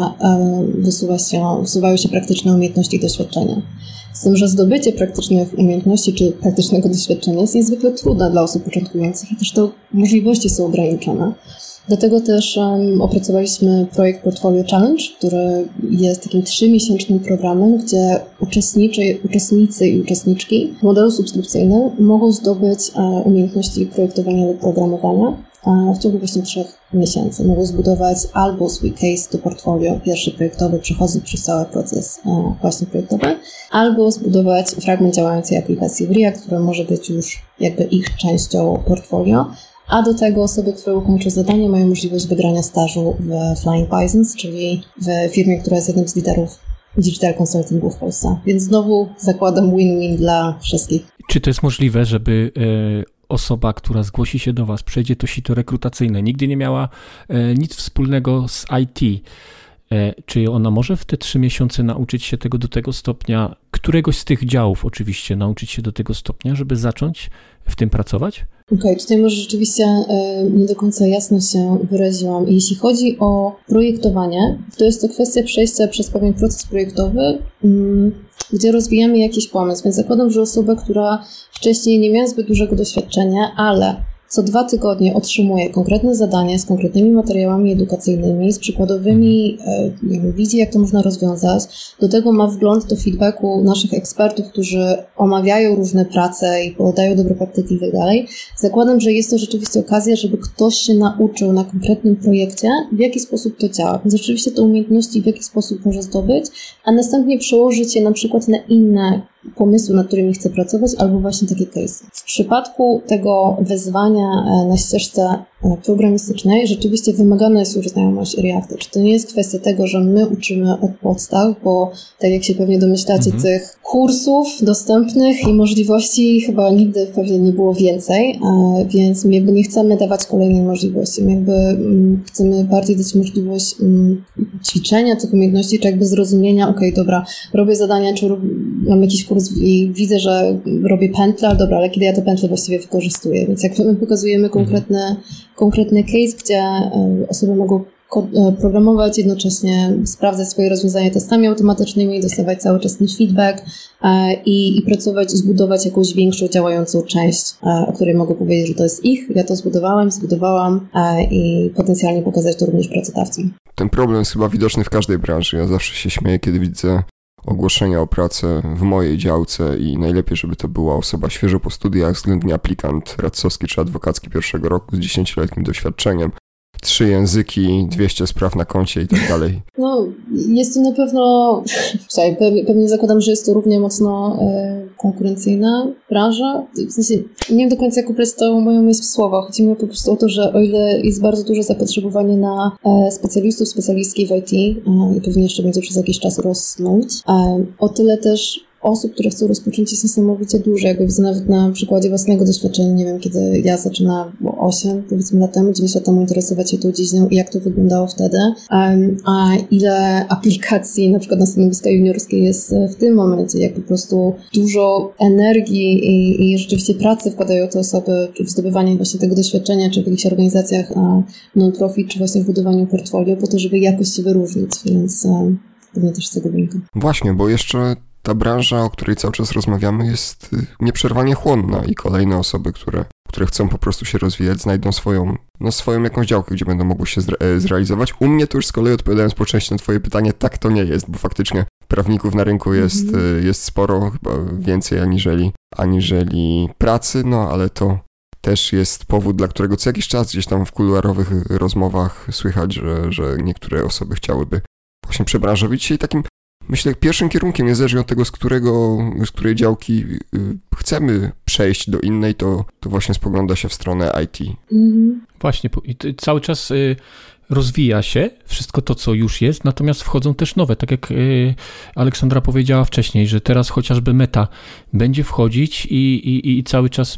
wysuwają się praktyczne umiejętności i doświadczenia. Z tym, że zdobycie praktycznych umiejętności czy praktycznego doświadczenia jest niezwykle trudne dla osób początkujących i też to możliwości są ograniczone. Dlatego też opracowaliśmy projekt Portfolio Challenge, który jest takim 3-miesięcznym programem, gdzie uczestnicy i uczestniczki w modelu subskrypcyjnym mogą zdobyć umiejętności projektowania lub programowania w ciągu właśnie 3 miesięcy mogą zbudować albo swój case do portfolio, pierwszy projektowy, przechodząc przez cały proces właśnie projektowy, albo zbudować fragment działającej aplikacji w React, która może być już jakby ich częścią portfolio. A do tego osoby, które ukończą zadanie, mają możliwość wygrania stażu w Flying Bisons, czyli w firmie, która jest jednym z liderów digital consultingu w Polsce. Więc znowu zakładam win-win dla wszystkich. Czy to jest możliwe, żeby osoba, która zgłosi się do Was, przejdzie to sito rekrutacyjne, nigdy nie miała nic wspólnego z IT, czy ona może w te 3 miesiące nauczyć się tego do tego stopnia, któregoś z tych działów oczywiście, nauczyć się do tego stopnia, żeby zacząć w tym pracować? Okej, tutaj może rzeczywiście nie do końca jasno się wyraziłam. Jeśli chodzi o projektowanie, to jest to kwestia przejścia przez pewien proces projektowy, gdzie rozwijamy jakiś pomysł. Więc zakładam, że osoba, która wcześniej nie miała zbyt dużego doświadczenia, ale co 2 tygodnie otrzymuje konkretne zadanie z konkretnymi materiałami edukacyjnymi, z przykładowymi, widzi, jak to można rozwiązać. Do tego ma wgląd do feedbacku naszych ekspertów, którzy omawiają różne prace i podają dobre praktyki i tak dalej. Zakładam, że jest to rzeczywiście okazja, żeby ktoś się nauczył na konkretnym projekcie, w jaki sposób to działa. Więc rzeczywiście te umiejętności w jaki sposób może zdobyć, a następnie przełożyć je na przykład na inne pomysły, nad którymi chcę pracować, albo właśnie takie case. W przypadku tego wyzwania na ścieżce programistycznej rzeczywiście wymagana jest już znajomość Reacta. Czy to nie jest kwestia tego, że my uczymy od podstaw, bo tak jak się pewnie domyślacie, tych kursów dostępnych i możliwości chyba nigdy pewnie nie było więcej, więc my jakby nie chcemy dawać kolejnej możliwości. My jakby chcemy bardziej dać możliwość ćwiczenia tych umiejętności, czy jakby zrozumienia, dobra, robię zadania, czy mam jakiś kurs i widzę, że robię pętlę, dobra, ale kiedy ja te pętle właściwie wykorzystuję. Więc jak my pokazujemy konkretny case, gdzie osoby mogą programować, jednocześnie sprawdzać swoje rozwiązania testami automatycznymi, dostawać cały czas ten feedback i pracować, zbudować jakąś większą działającą część, o której mogę powiedzieć, że to jest ich, ja to zbudowałam i potencjalnie pokazać to również pracodawcom. Ten problem jest chyba widoczny w każdej branży. Ja zawsze się śmieję, kiedy widzę ogłoszenia o pracę w mojej działce i najlepiej, żeby to była osoba świeżo po studiach, względnie aplikant radcowski czy adwokacki 1. roku z 10-letnim doświadczeniem. 3 języki, 200 spraw na koncie i tak dalej. No, jest to na pewno, pewnie zakładam, że jest to równie mocno konkurencyjna branża. W sensie, nie wiem do końca, jak ubrać to moją myśl w słowa. Chodzi mi po prostu o to, że o ile jest bardzo duże zapotrzebowanie na specjalistki w IT i pewnie jeszcze będzie przez jakiś czas rosnąć, o tyle też osób, które chcą rozpocząć, jest niesamowicie dużo. Jakby widzę nawet na przykładzie własnego doświadczenia, nie wiem, kiedy ja zaczynałam 8, powiedzmy lat temu, 9 lat temu interesować się tą dziedziną i jak to wyglądało wtedy, a ile aplikacji na przykład na stanowiska juniorskie jest w tym momencie, jak po prostu dużo energii i rzeczywiście pracy wkładają te osoby w zdobywanie właśnie tego doświadczenia, czy w jakichś organizacjach non-profit, czy właśnie w budowaniu portfolio, po to, żeby jakoś się wyróżnić, więc pewnie też z tego wynika. Właśnie, bo jeszcze ta branża, o której cały czas rozmawiamy, jest nieprzerwanie chłonna i kolejne osoby, które chcą po prostu się rozwijać, znajdą swoją jakąś działkę, gdzie będą mogły się zrealizować. U mnie to już z kolei, odpowiadając po części na twoje pytanie, tak to nie jest, bo faktycznie prawników na rynku jest sporo, chyba więcej aniżeli pracy, no ale to też jest powód, dla którego co jakiś czas gdzieś tam w kuluarowych rozmowach słychać, że niektóre osoby chciałyby właśnie przebranżowić się i takim, myślę, pierwszym kierunkiem, niezależnie od tego, z której działki chcemy przejść do innej, to właśnie spogląda się w stronę IT. Właśnie, cały czas rozwija się wszystko to, co już jest, natomiast wchodzą też nowe, tak jak Aleksandra powiedziała wcześniej, że teraz chociażby Meta będzie wchodzić i cały czas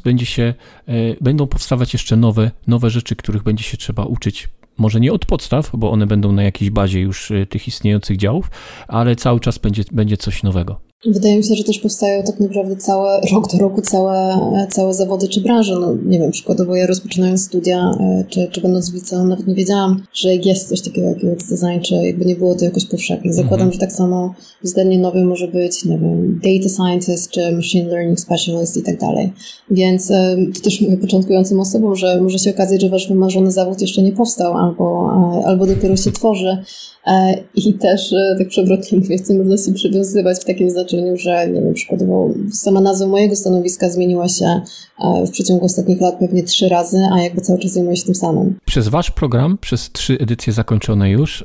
będą powstawać jeszcze nowe rzeczy, których będzie się trzeba uczyć. Może nie od podstaw, bo one będą na jakiejś bazie już tych istniejących działów, ale cały czas będzie coś nowego. Wydaje mi się, że też powstają tak naprawdę rok do roku całe zawody czy branże. No nie wiem, przykładowo ja rozpoczynając studia, czy będąc w liceum, nawet nie wiedziałam, że jest coś takiego jak UX design, czy jakby nie było to jakoś powszechne. Zakładam, że tak samo względnie nowy może być, nie wiem, data scientist, czy machine learning specialist i tak dalej. Więc to też mówię początkującym osobom, że może się okazać, że wasz wymarzony zawód jeszcze nie powstał, albo dopiero się tworzy. I też, tak przewrotnie mówiąc, nie można się przywiązywać w takim znaczeniu, zadośćuczynił, że nie wiem, przykładowo sama nazwa mojego stanowiska zmieniła się w przeciągu ostatnich lat pewnie 3 razy, a jakby cały czas zajmuję się tym samym. Przez wasz program, przez 3 edycje zakończone już,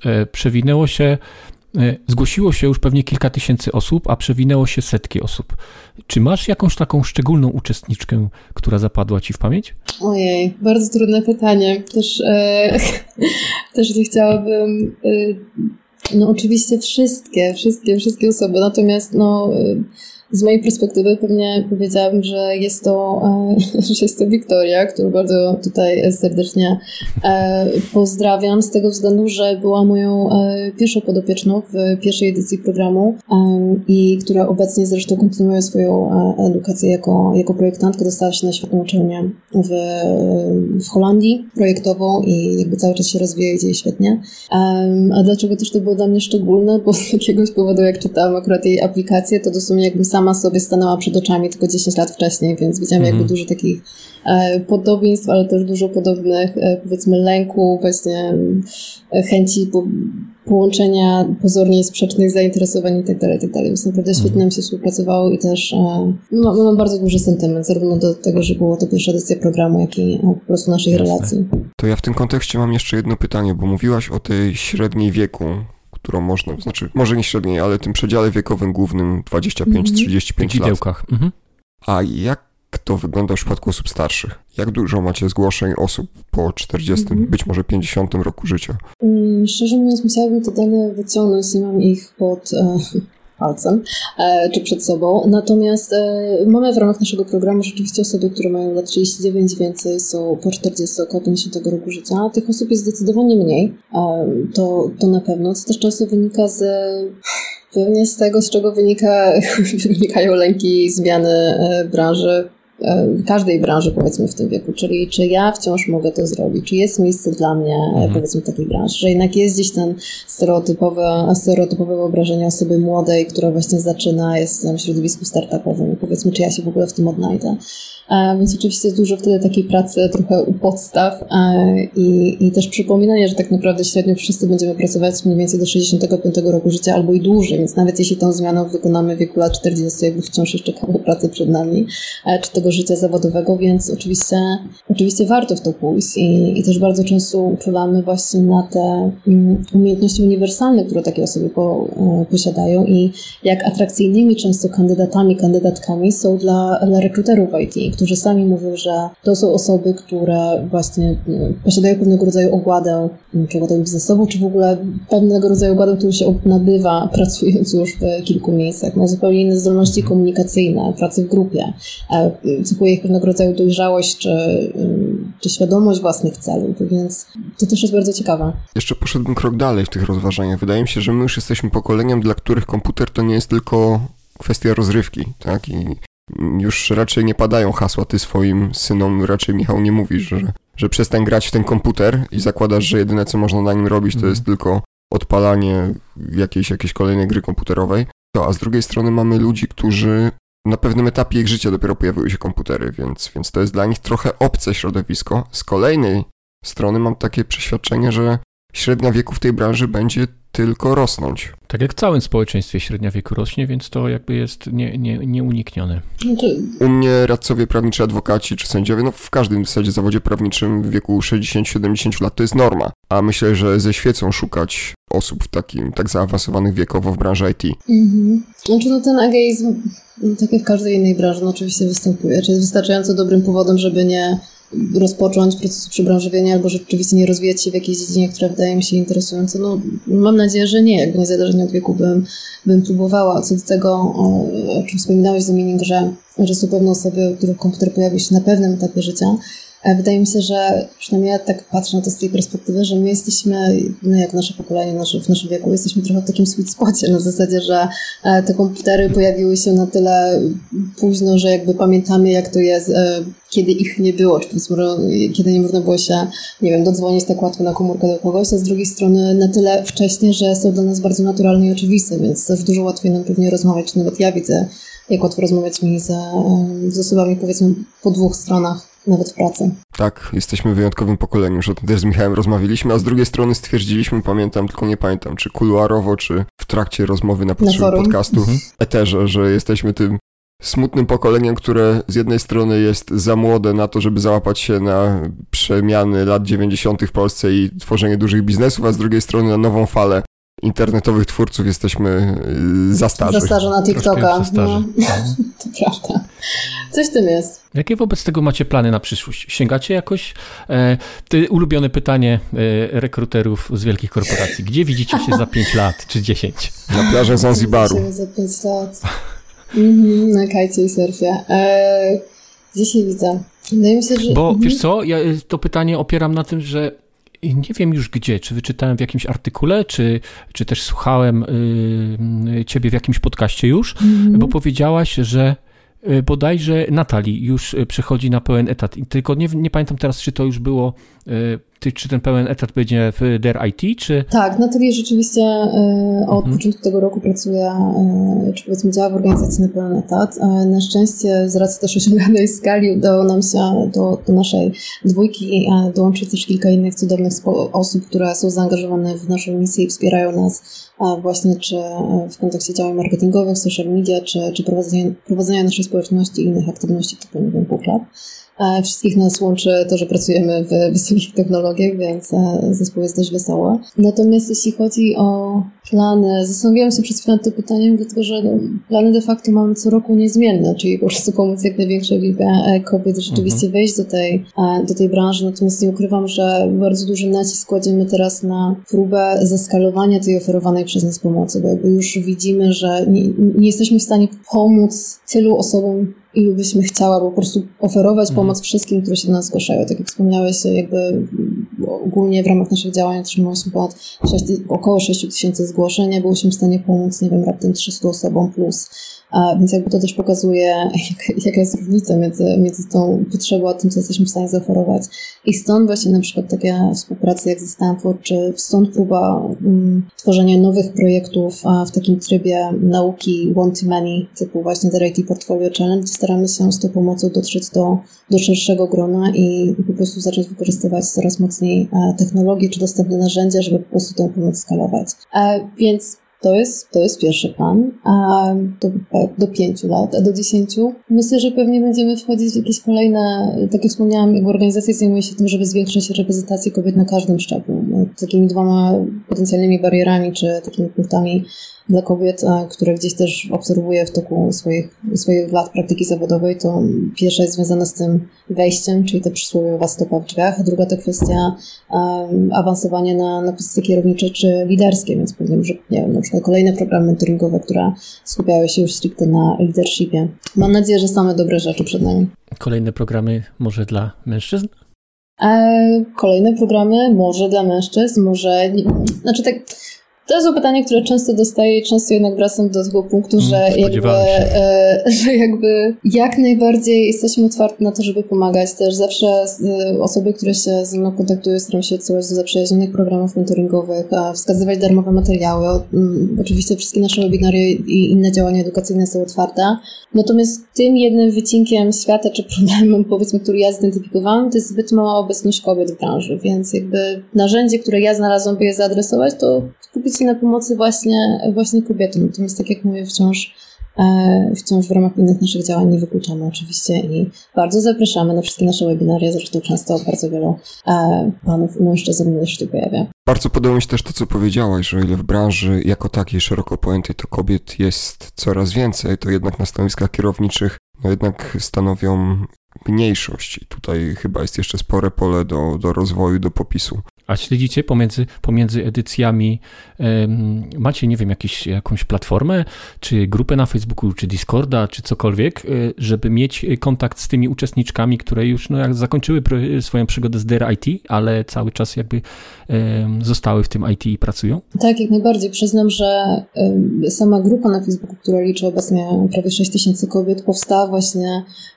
zgłosiło się już pewnie kilka tysięcy osób, a przewinęło się setki osób. Czy masz jakąś taką szczególną uczestniczkę, która zapadła ci w pamięć? Ojej, bardzo trudne pytanie. Też nie chciałabym... No oczywiście wszystkie osoby, natomiast z mojej perspektywy pewnie powiedziałabym, że jest to Wiktoria, którą bardzo tutaj serdecznie pozdrawiam, z tego względu, że była moją pierwszą podopieczną w pierwszej edycji programu i która obecnie zresztą kontynuuje swoją edukację jako projektantka. Dostała się na świetną uczelnię w Holandii projektową i jakby cały czas się rozwija i dzieje świetnie. A dlaczego też to było dla mnie szczególne? Bo z jakiegoś powodu, jak czytałam akurat jej aplikację, to dosłownie jakbym sama sobie stanęła przed oczami tylko 10 lat wcześniej, więc widziałam jakby dużo takich podobieństw, ale też dużo podobnych, powiedzmy, lęku, właśnie chęci połączenia pozornie sprzecznych zainteresowań i tak dalej, więc naprawdę świetnie nam się współpracowało i też mam bardzo duży sentyment, zarówno do tego, że była to pierwsza edycja programu, jak i po prostu naszej relacji. To ja w tym kontekście mam jeszcze jedno pytanie, bo mówiłaś o tej średniej wieku, którą można, znaczy może nie średniej, ale tym przedziale wiekowym głównym 25-35 lat. A jak to wygląda w przypadku osób starszych? Jak dużo macie zgłoszeń osób po 40, być może 50 roku życia? Szczerze mówiąc, musiałabym te dane wyciągnąć, nie mam ich pod palcem czy przed sobą. Natomiast mamy w ramach naszego programu rzeczywiście osoby, które mają lat 39, więcej są po 40, około 50 roku życia. Tych osób jest zdecydowanie mniej. To na pewno. Co też często wynika pewnie z tego, z czego wynikają lęki zmiany branży. Każdej branży, powiedzmy, w tym wieku, czyli czy ja wciąż mogę to zrobić, czy jest miejsce dla mnie, powiedzmy, w takiej branży, że jednak jest gdzieś ten stereotypowe wyobrażenie osoby młodej, która właśnie zaczyna, jest w środowisku startupowym i powiedzmy, czy ja się w ogóle w tym odnajdę. Więc oczywiście jest dużo wtedy takiej pracy trochę u podstaw i też przypominanie, że tak naprawdę średnio wszyscy będziemy pracować mniej więcej do 65 roku życia albo i dłużej, więc nawet jeśli tą zmianę wykonamy w wieku lat 40, jakby wciąż jeszcze kawał pracy przed nami, czy tego życia zawodowego, więc oczywiście warto w to pójść i też bardzo często uczulamy właśnie na te umiejętności uniwersalne, które takie osoby posiadają i jak atrakcyjnymi często kandydatkami są dla rekruterów IT, którzy sami mówią, że to są osoby, które właśnie posiadają pewnego rodzaju ogładę, czy ogładę biznesową, czy w ogóle pewnego rodzaju ogładę, którą się nabywa pracując już w kilku miejscach. Ma zupełnie inne zdolności komunikacyjne, pracy w grupie, cechuje ich pewnego rodzaju dojrzałość, czy świadomość własnych celów, więc to też jest bardzo ciekawe. Jeszcze poszedłbym krok dalej w tych rozważaniach. Wydaje mi się, że my już jesteśmy pokoleniem, dla których komputer to nie jest tylko kwestia rozrywki, tak? I już raczej nie padają hasła, ty swoim synom raczej, Michał, nie mówisz, że przestań grać w ten komputer i zakładasz, że jedyne co można na nim robić to jest tylko odpalanie jakiejś kolejnej gry komputerowej. A z drugiej strony mamy ludzi, którzy na pewnym etapie ich życia dopiero pojawiły się komputery, więc to jest dla nich trochę obce środowisko. Z kolejnej strony mam takie przeświadczenie, że średnia wieku w tej branży będzie tylko rosnąć. Tak jak w całym społeczeństwie średnia wieku rośnie, więc to jakby jest nieuniknione. U mnie radcowie prawniczy, adwokaci czy sędziowie, w każdym w zasadzie zawodzie prawniczym w wieku 60-70 lat to jest norma. A myślę, że ze świecą szukać osób w takim tak zaawansowanych wiekowo w branży IT. Znaczy ten ageizm, tak jak w każdej innej branży, oczywiście występuje. Czy jest wystarczająco dobrym powodem, żeby nie rozpocząć procesu przebranżowienia albo rzeczywiście nie rozwijać się w jakiejś dziedzinie, która wydaje mi się interesująca. Mam nadzieję, że nie. Jakby niezależnie od wieku bym próbowała. Co do tego, o czym wspominałeś, Dominik, że są pewne osoby, u których komputer pojawił się na pewnym etapie życia. Wydaje mi się, że przynajmniej ja tak patrzę na to z tej perspektywy, że my jesteśmy, jak nasze pokolenie w naszym wieku, jesteśmy trochę w takim sweet spocie, na zasadzie, że te komputery pojawiły się na tyle późno, że jakby pamiętamy, jak to jest, kiedy ich nie było, czy kiedy nie można było się, nie wiem, dodzwonić tak łatwo na komórkę do kogoś, a z drugiej strony na tyle wcześnie, że są dla nas bardzo naturalne i oczywiste, więc też dużo łatwiej nam pewnie rozmawiać, czy nawet ja widzę, jak łatwo rozmawiać mi z osobami, powiedzmy, po dwóch stronach nawet w pracy. Tak, jesteśmy wyjątkowym pokoleniem, już o tym też z Michałem rozmawialiśmy, a z drugiej strony stwierdziliśmy, nie pamiętam, czy kuluarowo, czy w trakcie rozmowy na potrzeby podcastu, eterze, że jesteśmy tym smutnym pokoleniem, które z jednej strony jest za młode na to, żeby załapać się na przemiany lat 90. w Polsce i tworzenie dużych biznesów, a z drugiej strony na nową falę internetowych twórców jesteśmy za starzy. Za starzy na TikToka. No, to prawda. Coś w tym jest. Jakie wobec tego macie plany na przyszłość? Sięgacie jakoś? Ulubione pytanie rekruterów z wielkich korporacji. Gdzie widzicie się za 5 lat czy 10? Na plażach Zanzibaru. Za 5 lat. Na kajcie i surfie. Gdzie się widzę? Wydaje mi się, że... Bo wiesz co, ja to pytanie opieram na tym, że nie wiem już gdzie, czy wyczytałem w jakimś artykule, czy też słuchałem ciebie w jakimś podcaście już, bo powiedziałaś, że bodajże Natalii już przechodzi na pełen etat. Tylko nie pamiętam teraz, czy to już było, czy ten pełen etat będzie w Der IT, czy... Tak, Natalii rzeczywiście od początku tego roku pracuje, czy powiedzmy działa w organizacji na pełen etat. Na szczęście z racji też osiąganej skali udało nam się do naszej dwójki dołączyć też kilka innych cudownych osób, które są zaangażowane w naszą misję i wspierają nas właśnie czy w kontekście działań marketingowych, social media, czy prowadzenia naszej społeczności i innych aktywności typu, nie wiem, PuchLab. Wszystkich nas łączy to, że pracujemy w wysokich technologiach, więc zespół jest dość wesoły. Natomiast jeśli chodzi o plany, zastanawiałam się przed chwilą nad tym pytaniem, dlatego że plany de facto mamy co roku niezmienne, czyli po prostu pomóc jak największej liczbie kobiet rzeczywiście wejść do tej branży. Natomiast nie ukrywam, że bardzo duży nacisk kładziemy teraz na próbę zeskalowania tej oferowanej przez nas pomocy, bo jakby już widzimy, że nie jesteśmy w stanie pomóc tylu osobom, ilu byśmy chciała, po prostu oferować pomoc wszystkim, którzy się do nas zgłaszają. Tak jak wspomniałeś, jakby ogólnie w ramach naszych działań otrzymałyśmy około 6 000 zgłoszeń, byłyśmy w stanie pomóc, nie wiem, raptem 300 osobom plus. Więc jakby to też pokazuje, jaka jest różnica między tą potrzebą a tym, co jesteśmy w stanie zaoferować. I stąd właśnie na przykład takie współprace jak ze Stanford, czy stąd próba tworzenia nowych projektów w takim trybie nauki one-to-many, typu właśnie The IT Portfolio Challenge, gdzie staramy się z tą pomocą dotrzeć do szerszego grona i po prostu zacząć wykorzystywać coraz mocniej technologie czy dostępne narzędzia, żeby po prostu tę pomoc skalować. Więc to jest pierwszy plan, do 5 lat, a do 10 myślę, że pewnie będziemy wchodzić w jakieś kolejne, tak jak wspomniałam, jakby organizacja zajmuje się tym, żeby zwiększyć reprezentację kobiet na każdym szczeblu. Takimi 2 potencjalnymi barierami, czy takimi punktami dla kobiet, które gdzieś też obserwuję w toku swoich lat praktyki zawodowej, to pierwsza jest związana z tym wejściem, czyli ta przysłowiowa stopa w drzwiach, a druga to kwestia awansowania na pozycje kierownicze czy liderskie, więc powiem, że nie wiem, na przykład kolejne programy mentoringowe, które skupiały się już stricte na leadershipie. Mam nadzieję, że same dobre rzeczy przed nami. Kolejne programy może dla mężczyzn? Kolejne programy może dla mężczyzn, może... Znaczy tak... To jest pytanie, które często dostaję i często jednak wracam do tego punktu, że jakby jak najbardziej jesteśmy otwarci na to, żeby pomagać. Też zawsze osoby, które się ze mną kontaktują, staram się odsyłać do zaprzyjaźnionych programów mentoringowych, wskazywać darmowe materiały. Oczywiście wszystkie nasze webinary i inne działania edukacyjne są otwarte. Natomiast tym jednym wycinkiem świata czy problemem, powiedzmy, który ja zidentyfikowałam, to jest zbyt mała obecność kobiet w branży, więc jakby narzędzie, które ja znalazłam, by je zaadresować, to skupić się na pomocy właśnie kobietom. Natomiast tak jak mówię, wciąż w ramach innych naszych działań nie wykluczamy oczywiście i bardzo zapraszamy na wszystkie nasze webinary, zresztą często bardzo wielu panów i mężczyzn również się tu pojawia. Bardzo podoba mi się też to, co powiedziałaś, że o ile w branży jako takiej szeroko pojętej to kobiet jest coraz więcej, to jednak na stanowiskach kierowniczych jednak stanowią mniejszość i tutaj chyba jest jeszcze spore pole do rozwoju, do popisu. A śledzicie pomiędzy edycjami, macie, nie wiem, jakąś platformę, czy grupę na Facebooku, czy Discorda, czy cokolwiek, żeby mieć kontakt z tymi uczestniczkami, które już jak zakończyły swoją przygodę z Der IT, ale cały czas jakby zostały w tym IT i pracują? Tak, jak najbardziej. Przyznam, że sama grupa na Facebooku, która liczy obecnie prawie 6 000 kobiet, powstała właśnie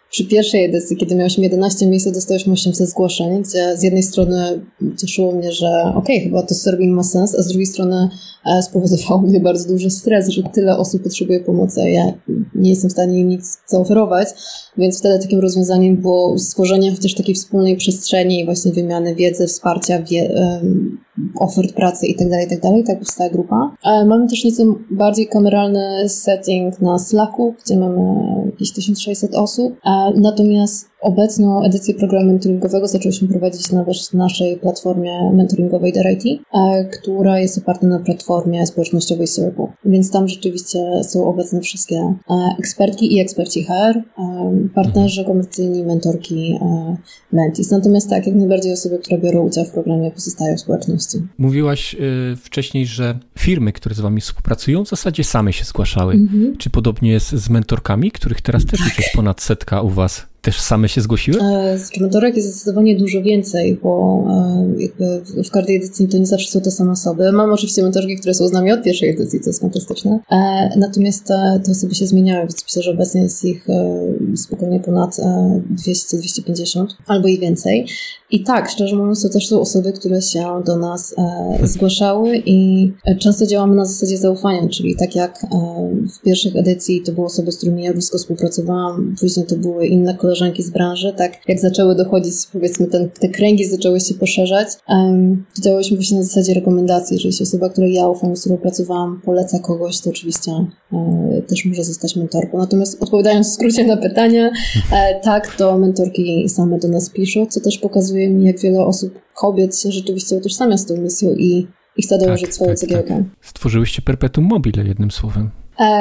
przy pierwszej edycji, kiedy miałyśmy 11 miejsc, dostałyśmy 800 zgłoszeń, gdzie z jednej strony cieszyło mnie, że chyba to, co robimy, ma sens, a z drugiej strony spowodowało mnie bardzo duży stres, że tyle osób potrzebuje pomocy, a ja nie jestem w stanie im nic zaoferować, więc wtedy takim rozwiązaniem było stworzenie chociaż takiej wspólnej przestrzeni, właśnie wymiany wiedzy, wsparcia, ofert pracy itd. Tak powstała grupa. Mamy też nieco bardziej kameralny setting na Slacku, gdzie mamy jakieś 1600 osób, natomiast obecną edycję programu mentoringowego zaczęliśmy prowadzić na naszej platformie mentoringowej DRIT, która jest oparta na platformie społecznościowej Circle. Więc tam rzeczywiście są obecne wszystkie ekspertki i eksperci HR, partnerzy komercyjni, mentorki, mentees. Natomiast jak najbardziej osoby, które biorą udział w programie, pozostają w społeczności. Mówiłaś wcześniej, że firmy, które z wami współpracują, w zasadzie same się zgłaszały. Czy podobnie jest z mentorkami, których teraz też już jest ponad 100 u was? Też same się zgłosiły? Mentorek jest zdecydowanie dużo więcej, bo jakby w każdej edycji to nie zawsze są te same osoby. Mam oczywiście mentorki, które są z nami od pierwszej edycji, co jest fantastyczne. Natomiast te osoby się zmieniają, więc myślę, że obecnie jest ich spokojnie ponad 200-250 albo i więcej. I tak, szczerze mówiąc, to też są osoby, które się do nas zgłaszały i często działamy na zasadzie zaufania, czyli tak jak w pierwszych edycji to były osoby, z którymi ja blisko współpracowałam, później to były inne koleżanki z branży, tak jak zaczęły dochodzić, powiedzmy, te kręgi zaczęły się poszerzać, to działałyśmy właśnie na zasadzie rekomendacji. Jeżeli się osoba, której ja ufam, z którą pracowałam, poleca kogoś, to oczywiście też może zostać mentorką. Natomiast odpowiadając w skrócie na pytanie, tak, to mentorki same do nas piszą, co też pokazuje mi, jak wiele osób, kobiet się rzeczywiście utożsamia z tą misją i chce dołożyć swoją cegiełkę. Tak. Stworzyłyście perpetuum mobile, jednym słowem.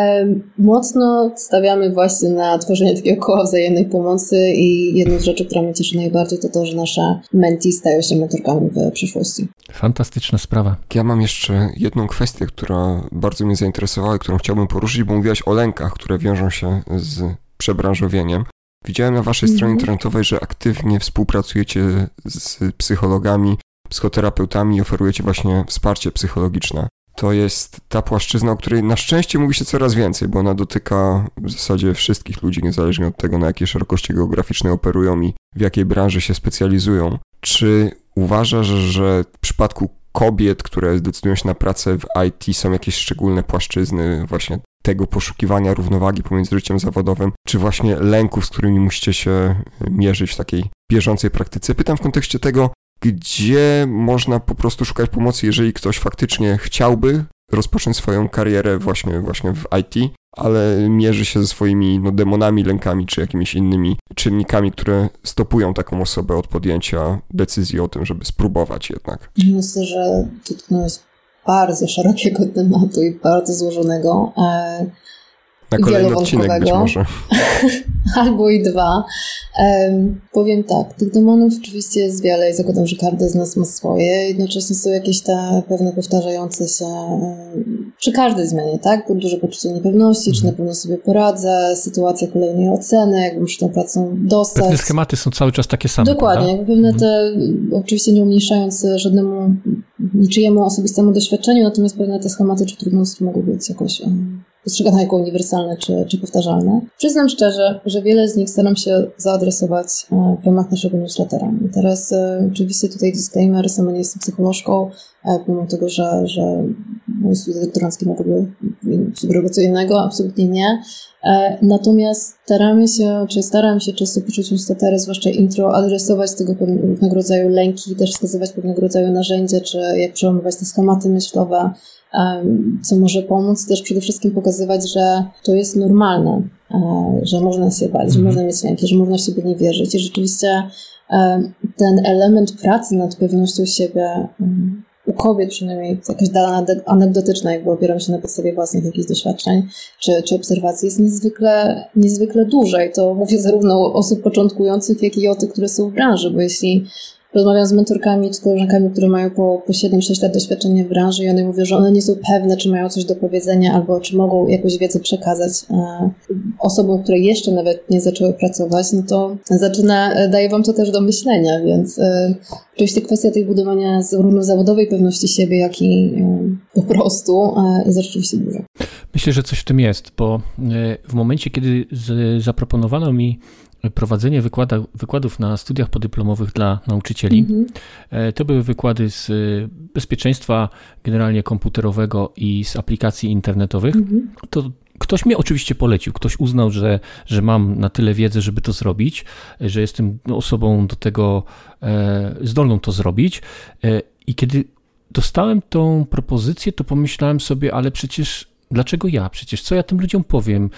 Mocno stawiamy właśnie na tworzenie takiego koła wzajemnej pomocy i jedną z rzeczy, która mnie cieszy najbardziej, to to, że nasze mentee stają się mentorkami w przyszłości. Fantastyczna sprawa. Ja mam jeszcze jedną kwestię, która bardzo mnie zainteresowała i którą chciałbym poruszyć, bo mówiłaś o lękach, które wiążą się z przebranżowieniem. Widziałem na waszej stronie internetowej, że aktywnie współpracujecie z psychologami, psychoterapeutami i oferujecie właśnie wsparcie psychologiczne. To jest ta płaszczyzna, o której na szczęście mówi się coraz więcej, bo ona dotyka w zasadzie wszystkich ludzi, niezależnie od tego, na jakiej szerokości geograficznej operują i w jakiej branży się specjalizują. Czy uważasz, że w przypadku kobiet, które zdecydują się na pracę w IT, są jakieś szczególne płaszczyzny właśnie tego poszukiwania równowagi pomiędzy życiem zawodowym, czy właśnie lęków, z którymi musicie się mierzyć w takiej bieżącej praktyce? Pytam w kontekście tego, gdzie można po prostu szukać pomocy, jeżeli ktoś faktycznie chciałby rozpocząć swoją karierę właśnie w IT, ale mierzy się ze swoimi demonami, lękami czy jakimiś innymi czynnikami, które stopują taką osobę od podjęcia decyzji o tym, żeby spróbować jednak. Myślę, że dotknąłeś bardzo szerokiego tematu i bardzo złożonego. Na kolejny odcinek być może. Albo i dwa. Powiem tak, tych demonów oczywiście jest wiele i zakładam, że każdy z nas ma swoje. Jednocześnie są jakieś te pewne powtarzające się przy każdej zmianie, tak? Duże poczucie niepewności, czy na pewno sobie poradzę, sytuacja kolejnej oceny, jak muszę tą pracę dostać. Pewne schematy są cały czas takie same. Dokładnie, jakby pewne te, oczywiście nie umniejszając żadnemu, niczyjemu osobistemu doświadczeniu, natomiast pewne te schematy czy trudności mogą być jakoś postrzegane jako uniwersalne czy powtarzalne. Przyznam szczerze, że wiele z nich staram się zaadresować w ramach naszego newslettera. I teraz oczywiście tutaj disclaimer, sama nie jestem psycholożką, pomimo tego, że moje studia doktoranckie mogłyby sugerować co innego, absolutnie nie. Natomiast staram się często poczuć newslettery, zwłaszcza intro, adresować tego pewnego rodzaju lęki, też wskazywać pewnego rodzaju narzędzia, czy jak przełamywać te schematy myślowe, co może pomóc, też przede wszystkim pokazywać, że to jest normalne, że można się bać, że można mieć lęki, że można w siebie nie wierzyć i rzeczywiście ten element pracy nad pewnością siebie u kobiet przynajmniej jakaś dana anegdotyczna, jakby opieram się na podstawie własnych jakichś doświadczeń czy obserwacji, jest niezwykle duża i to mówię zarówno o osób początkujących, jak i o tych, które są w branży, bo jeśli rozmawiam z mentorkami czy koleżankami, które mają po 7-6 lat doświadczenia w branży i one mówią, że one nie są pewne, czy mają coś do powiedzenia albo czy mogą jakąś wiedzę przekazać osobom, które jeszcze nawet nie zaczęły pracować, no to daje wam to też do myślenia, więc oczywiście kwestia tej budowania zarówno zawodowej pewności siebie, jak i po prostu jest rzeczywiście duża. Myślę, że coś w tym jest, bo w momencie, kiedy zaproponowano mi prowadzenie wykładów na studiach podyplomowych dla nauczycieli. To były wykłady z bezpieczeństwa generalnie komputerowego i z aplikacji internetowych. To ktoś mnie oczywiście polecił, ktoś uznał, że mam na tyle wiedzy, żeby to zrobić, że jestem osobą do tego zdolną to zrobić. I kiedy dostałem tą propozycję, to pomyślałem sobie, ale przecież dlaczego ja? Przecież co ja tym ludziom powiem?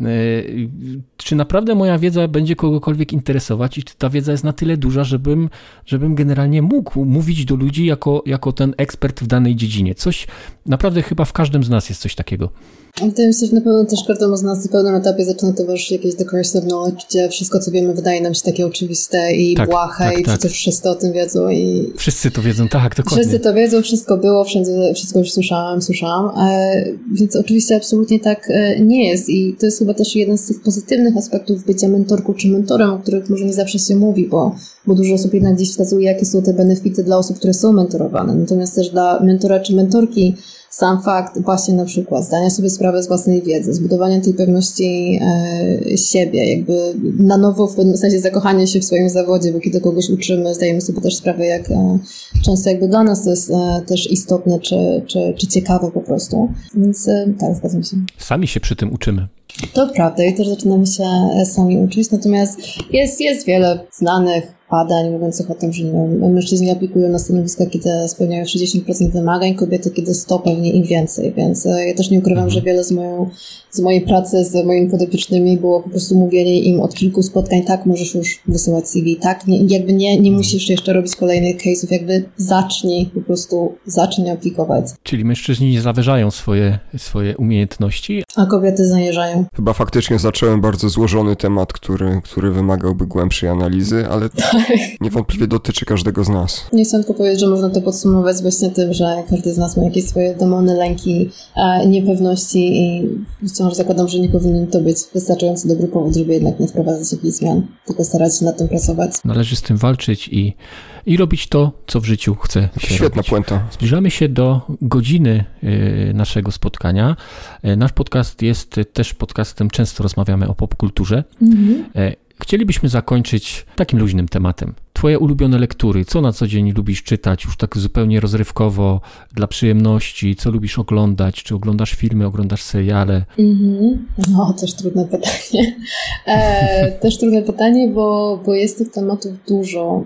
Czy naprawdę moja wiedza będzie kogokolwiek interesować i czy ta wiedza jest na tyle duża, żebym generalnie mógł mówić do ludzi jako ten ekspert w danej dziedzinie? Coś naprawdę chyba w każdym z nas jest coś takiego. Wydaje mi się, że na pewno też każdemu z nas na pewnym etapie zaczyna towarzyszyć jakieś declarative knowledge, gdzie wszystko, co wiemy, wydaje nam się takie oczywiste i błahe i przecież wszyscy o tym wiedzą. Wszyscy to wiedzą, tak, dokładnie. Wszyscy to wiedzą, wszystko było, wszędzie, wszystko już słyszałam. Więc oczywiście absolutnie tak nie jest i to jest chyba też jeden z tych pozytywnych aspektów bycia mentorką czy mentorem, o których może nie zawsze się mówi, bo dużo osób jednak gdzieś wskazuje, jakie są te benefity dla osób, które są mentorowane. Natomiast też dla mentora czy mentorki sam fakt właśnie na przykład zdania sobie sprawy z własnej wiedzy, zbudowania tej pewności siebie, jakby na nowo w pewnym sensie zakochanie się w swoim zawodzie, bo kiedy kogoś uczymy, zdajemy sobie też sprawę, jak często jakby dla nas to jest też istotne czy ciekawe po prostu. Więc tak, zgadzam się. Sami się przy tym uczymy. To prawda i też zaczynamy się sami uczyć, natomiast jest wiele znanych badań mówiących o tym, że mężczyźni aplikują na stanowiska, kiedy spełniają 60% wymagań, kobiety kiedy 100, pewnie im więcej, więc ja też nie ukrywam, że wiele z mojej pracy z moimi podopiecznymi było po prostu mówienie im od kilku spotkań, tak, możesz już wysyłać CV, tak, nie musisz jeszcze robić kolejnych case'ów, jakby zacznij aplikować. Czyli mężczyźni nie zawyżają swoje umiejętności, a kobiety zanieżają. Chyba faktycznie zacząłem bardzo złożony temat, który wymagałby głębszej analizy, ale niewątpliwie dotyczy każdego z nas. Nie chcę tylko powiedzieć, że można to podsumować właśnie tym, że każdy z nas ma jakieś swoje demony, lęki, niepewności i wciąż zakładam, że nie powinien to być wystarczająco dobry powód, żeby jednak nie wprowadzać jakichś zmian, tylko starać się nad tym pracować. Należy z tym walczyć i robić to, co w życiu chce się Świetna robić. puenta. Zbliżamy się do godziny naszego spotkania. Nasz podcast jest też podcastem, często rozmawiamy o popkulturze. Chcielibyśmy zakończyć takim luźnym tematem. Twoje ulubione lektury, co na co dzień lubisz czytać, już tak zupełnie rozrywkowo, dla przyjemności, co lubisz oglądać, czy oglądasz filmy, oglądasz seriale? No, też trudne pytanie. Też trudne pytanie, bo jest tych tematów dużo.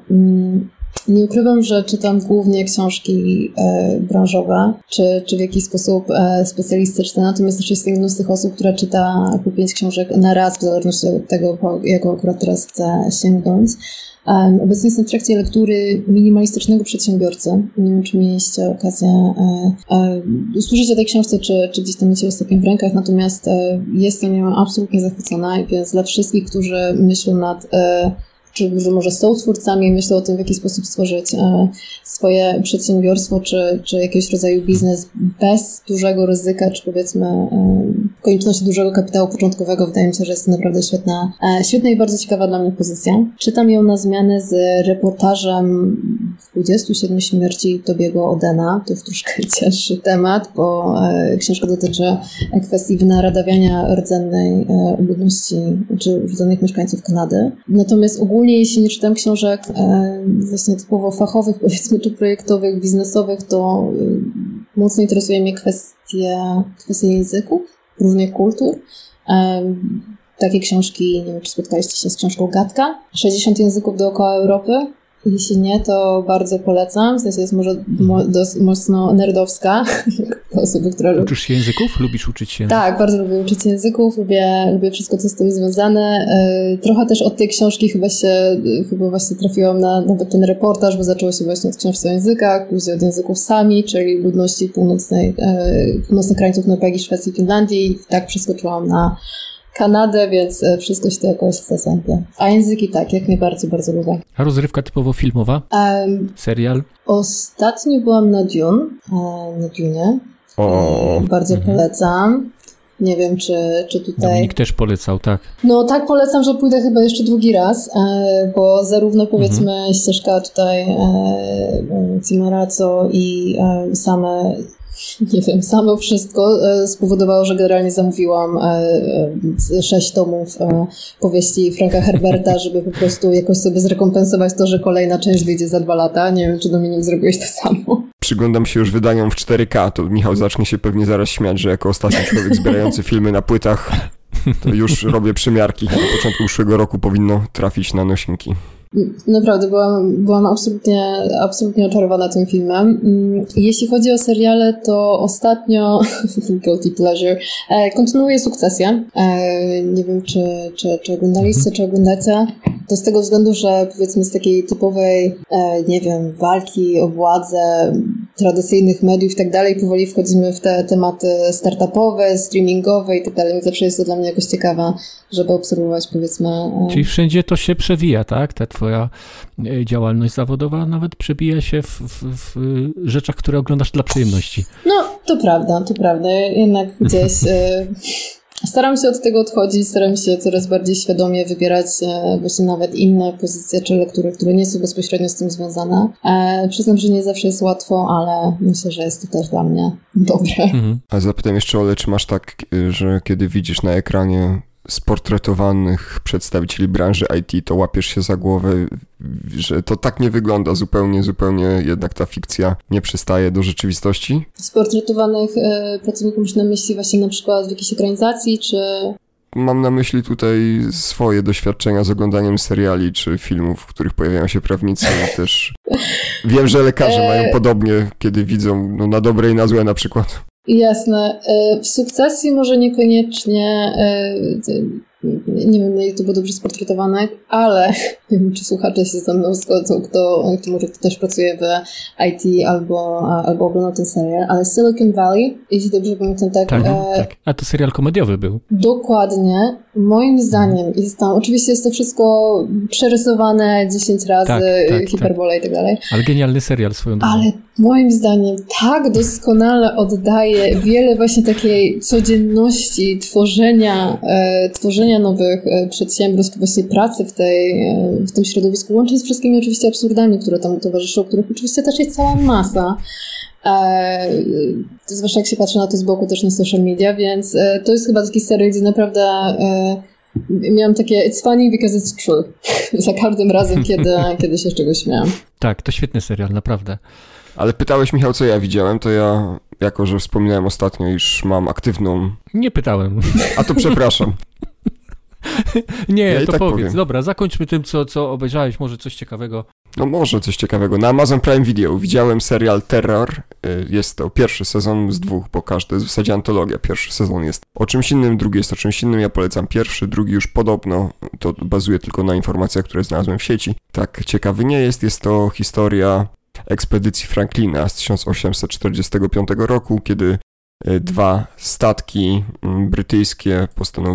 Nie ukrywam, że czytam głównie książki branżowe, czy w jakiś sposób specjalistyczne, natomiast też jestem jedną z tych osób, która czyta po 5 książek na raz, w zależności od tego, jaką akurat teraz chcę sięgnąć. Obecnie jestem w trakcie lektury Minimalistycznego Przedsiębiorcy. Nie wiem, czy mieliście okazję usłyszeć o tej książce, czy gdzieś tam mieć ostatnio w rękach, natomiast jestem nią absolutnie zachwycona, więc dla wszystkich, którzy myślą nad czy że może są twórcami i myślą o tym, w jaki sposób stworzyć swoje przedsiębiorstwo, czy jakiegoś rodzaju biznes bez dużego ryzyka, czy powiedzmy konieczności dużego kapitału początkowego. Wydaje mi się, że jest to naprawdę świetna i bardzo ciekawa dla mnie pozycja. Czytam ją na zmianę z reportażem 27 śmierci Tobiego Odena. To już troszkę cięższy temat, bo książka dotyczy kwestii wynaradawiania rdzennej ludności, czy rdzennych mieszkańców Kanady. Natomiast ogólnie, jeśli nie czytam książek właśnie typowo fachowych, powiedzmy, czy projektowych, biznesowych, to mocno interesuje mnie kwestie języków, różnych kultur. Takie książki, nie wiem, czy spotkaliście się z książką Gatka, 60 języków dookoła Europy. Jeśli nie, to bardzo polecam. W sensie jest może dość mocno nerdowska. Osoby, które Uczysz się języków? Lubisz uczyć się języków? Tak, bardzo lubię uczyć języków. Lubię wszystko, co z tym związane. Trochę też od tej książki chyba właśnie trafiłam na ten reportaż, bo zaczęło się właśnie od książki o językach, później od języków sami, czyli ludności północnych krańców Norwegii, Szwecji, Finlandii. I tak przeskoczyłam na Kanadę, więc wszystko się to jakoś zasępia. A języki tak, jak najbardziej bardzo lubię. A rozrywka typowo filmowa? Serial? Ostatnio byłam na Dune. Bardzo polecam. Nie wiem, czy tutaj... Dominik też polecał, tak. No tak, polecam, że pójdę chyba jeszcze drugi raz, bo zarówno powiedzmy ścieżka tutaj Cimaraco i same Nie wiem, samo wszystko spowodowało, że generalnie zamówiłam 6 tomów powieści Franka Herberta, żeby po prostu jakoś sobie zrekompensować to, że kolejna część wyjdzie za 2 lata. Nie wiem, czy Dominik zrobiłeś to samo. Przyglądam się już wydaniom w 4K, to Michał zacznie się pewnie zaraz śmiać, że jako ostatni człowiek zbierający filmy na płytach, to już robię przymiarki. Na początku przyszłego roku powinno trafić na nosinki. Naprawdę, byłam absolutnie oczarowana tym filmem. Jeśli chodzi o seriale, to ostatnio Guilty Pleasure kontynuuję Sukcesję. Nie wiem, czy oglądaliście, czy oglądacie. To z tego względu, że powiedzmy z takiej typowej, nie wiem, walki o władzę, tradycyjnych mediów i tak dalej, powoli wchodzimy w te tematy startupowe, streamingowe i tak dalej. Zawsze jest to dla mnie jakoś ciekawe, żeby obserwować, powiedzmy... Czyli wszędzie to się przewija, tak? Ta twoja działalność zawodowa nawet przebija się w rzeczach, które oglądasz dla przyjemności. No, to prawda. Jednak gdzieś... Staram się od tego odchodzić, staram się coraz bardziej świadomie wybierać właśnie nawet inne pozycje czy lektury, które nie są bezpośrednio z tym związane. Przyznam, że nie zawsze jest łatwo, ale myślę, że jest to też dla mnie dobre. A zapytam jeszcze, Ole, czy masz tak, że kiedy widzisz na ekranie sportretowanych przedstawicieli branży IT, to łapiesz się za głowę, że to tak nie wygląda zupełnie jednak ta fikcja nie przystaje do rzeczywistości? Sportretowanych pracowników masz na myśli właśnie na przykład w jakiejś ekranizacji, czy... Mam na myśli tutaj swoje doświadczenia z oglądaniem seriali czy filmów, w których pojawiają się prawnicy i też wiem, że lekarze mają podobnie, kiedy widzą na dobre i na złe na przykład. Jasne. W Sukcesji może niekoniecznie, nie wiem, na YouTube dobrze sportretowanych, ale nie wiem, czy słuchacze się ze mną zgodzą, kto może też pracuje w IT albo oglądał ten serial, ale Silicon Valley, jeśli dobrze pamiętam, tak. A to serial komediowy był. Dokładnie. Moim zdaniem jest tam, oczywiście jest to wszystko przerysowane 10 razy, hiperbola i tak dalej. Ale genialny serial swoją drogą. Ale moim zdaniem tak doskonale oddaje wiele właśnie takiej codzienności tworzenia nowych przedsiębiorstw, właśnie pracy w tym środowisku, łącznie z wszystkimi oczywiście absurdami, które tam towarzyszą, których oczywiście też jest cała masa. Zwłaszcza jak się patrzy na to z boku też na social media, więc to jest chyba taki serial, gdzie naprawdę miałam takie it's funny because it's true. Za każdym razem, kiedy się z czegoś śmiałam. Tak, to świetny serial, naprawdę. Ale pytałeś, Michał, co ja widziałem, to ja, jako że wspominałem ostatnio, iż mam aktywną... Nie pytałem. A to przepraszam. Nie, ja to tak powiedz. powiem. Dobra, zakończmy tym, co obejrzałeś, może coś ciekawego. No może coś ciekawego. Na Amazon Prime Video widziałem serial Terror. Jest to pierwszy sezon z 2, bo każdy jest w zasadzie antologia. Pierwszy sezon jest o czymś innym, drugi jest o czymś innym. Ja polecam pierwszy, drugi już podobno. To bazuje tylko na informacjach, które znalazłem w sieci. Tak ciekawy nie jest. Jest to historia ekspedycji Franklina z 1845 roku, kiedy 2 statki brytyjskie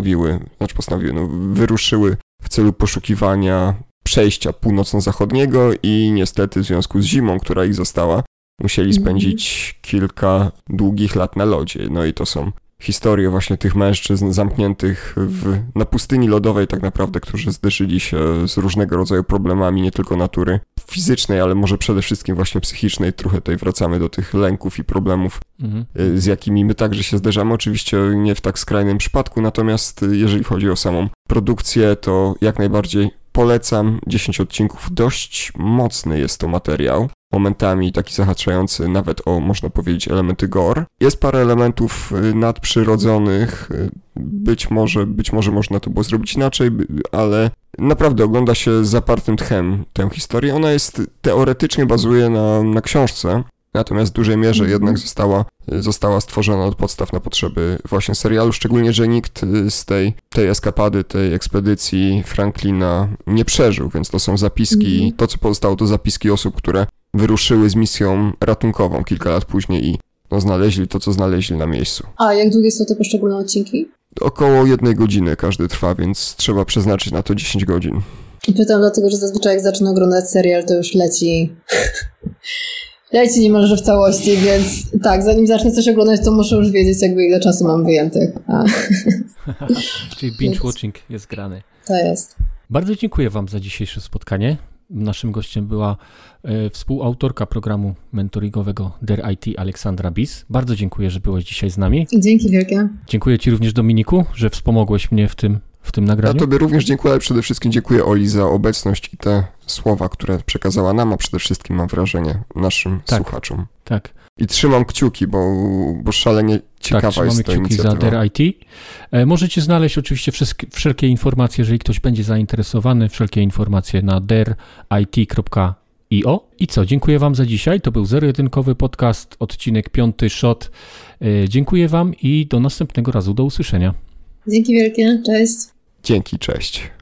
wyruszyły w celu poszukiwania przejścia północno-zachodniego i niestety w związku z zimą, która ich zastała, musieli spędzić kilka długich lat na lodzie. No i to są historie właśnie tych mężczyzn zamkniętych na pustyni lodowej tak naprawdę, którzy zderzyli się z różnego rodzaju problemami, nie tylko natury fizycznej, ale może przede wszystkim właśnie psychicznej. Trochę tutaj wracamy do tych lęków i problemów, z jakimi my także się zderzamy. Oczywiście nie w tak skrajnym przypadku, natomiast jeżeli chodzi o samą produkcję, to jak najbardziej polecam. 10 odcinków, dość mocny jest to materiał. Momentami taki zahaczający nawet o, można powiedzieć, elementy gore. Jest parę elementów nadprzyrodzonych, być może można to było zrobić inaczej, ale naprawdę ogląda się z zapartym tchem tę historię. Ona teoretycznie bazuje na książce, natomiast w dużej mierze jednak została stworzona od podstaw na potrzeby właśnie serialu, szczególnie, że nikt z tej eskapady, tej ekspedycji Franklina nie przeżył, więc to są zapiski, to co pozostało to zapiski osób, które wyruszyły z misją ratunkową kilka lat później i znaleźli to, co znaleźli na miejscu. A jak długie są te poszczególne odcinki? Około 1 godziny każdy trwa, więc trzeba przeznaczyć na to 10 godzin. Pytam dlatego, że zazwyczaj jak zacznę oglądać serial, to już leci niemalże w całości, więc tak, zanim zacznę coś oglądać, to muszę już wiedzieć jakby ile czasu mam wyjętych. Czyli binge watching jest grany. To jest. Bardzo dziękuję wam za dzisiejsze spotkanie. Naszym gościem była współautorka programu mentoringowego DARE IT Aleksandra Bis. Bardzo dziękuję, że byłeś dzisiaj z nami. Dzięki wielkie. Dziękuję Ci również, Dominiku, że wspomogłeś mnie w tym nagraniu. Ja Tobie również dziękuję, ale przede wszystkim dziękuję Oli za obecność i te słowa, które przekazała nam, a przede wszystkim mam wrażenie naszym słuchaczom. Tak. I trzymam kciuki, bo szalenie ciekawa jest ta inicjatywa. Trzymamy kciuki za DARE IT. Możecie znaleźć oczywiście wszelkie informacje, jeżeli ktoś będzie zainteresowany, wszelkie informacje na dareit.io. I co, dziękuję Wam za dzisiaj. To był zero-jedynkowy podcast, odcinek 5 SHOT. Dziękuję Wam i do następnego razu. Do usłyszenia. Dzięki wielkie, cześć. Dzięki, cześć.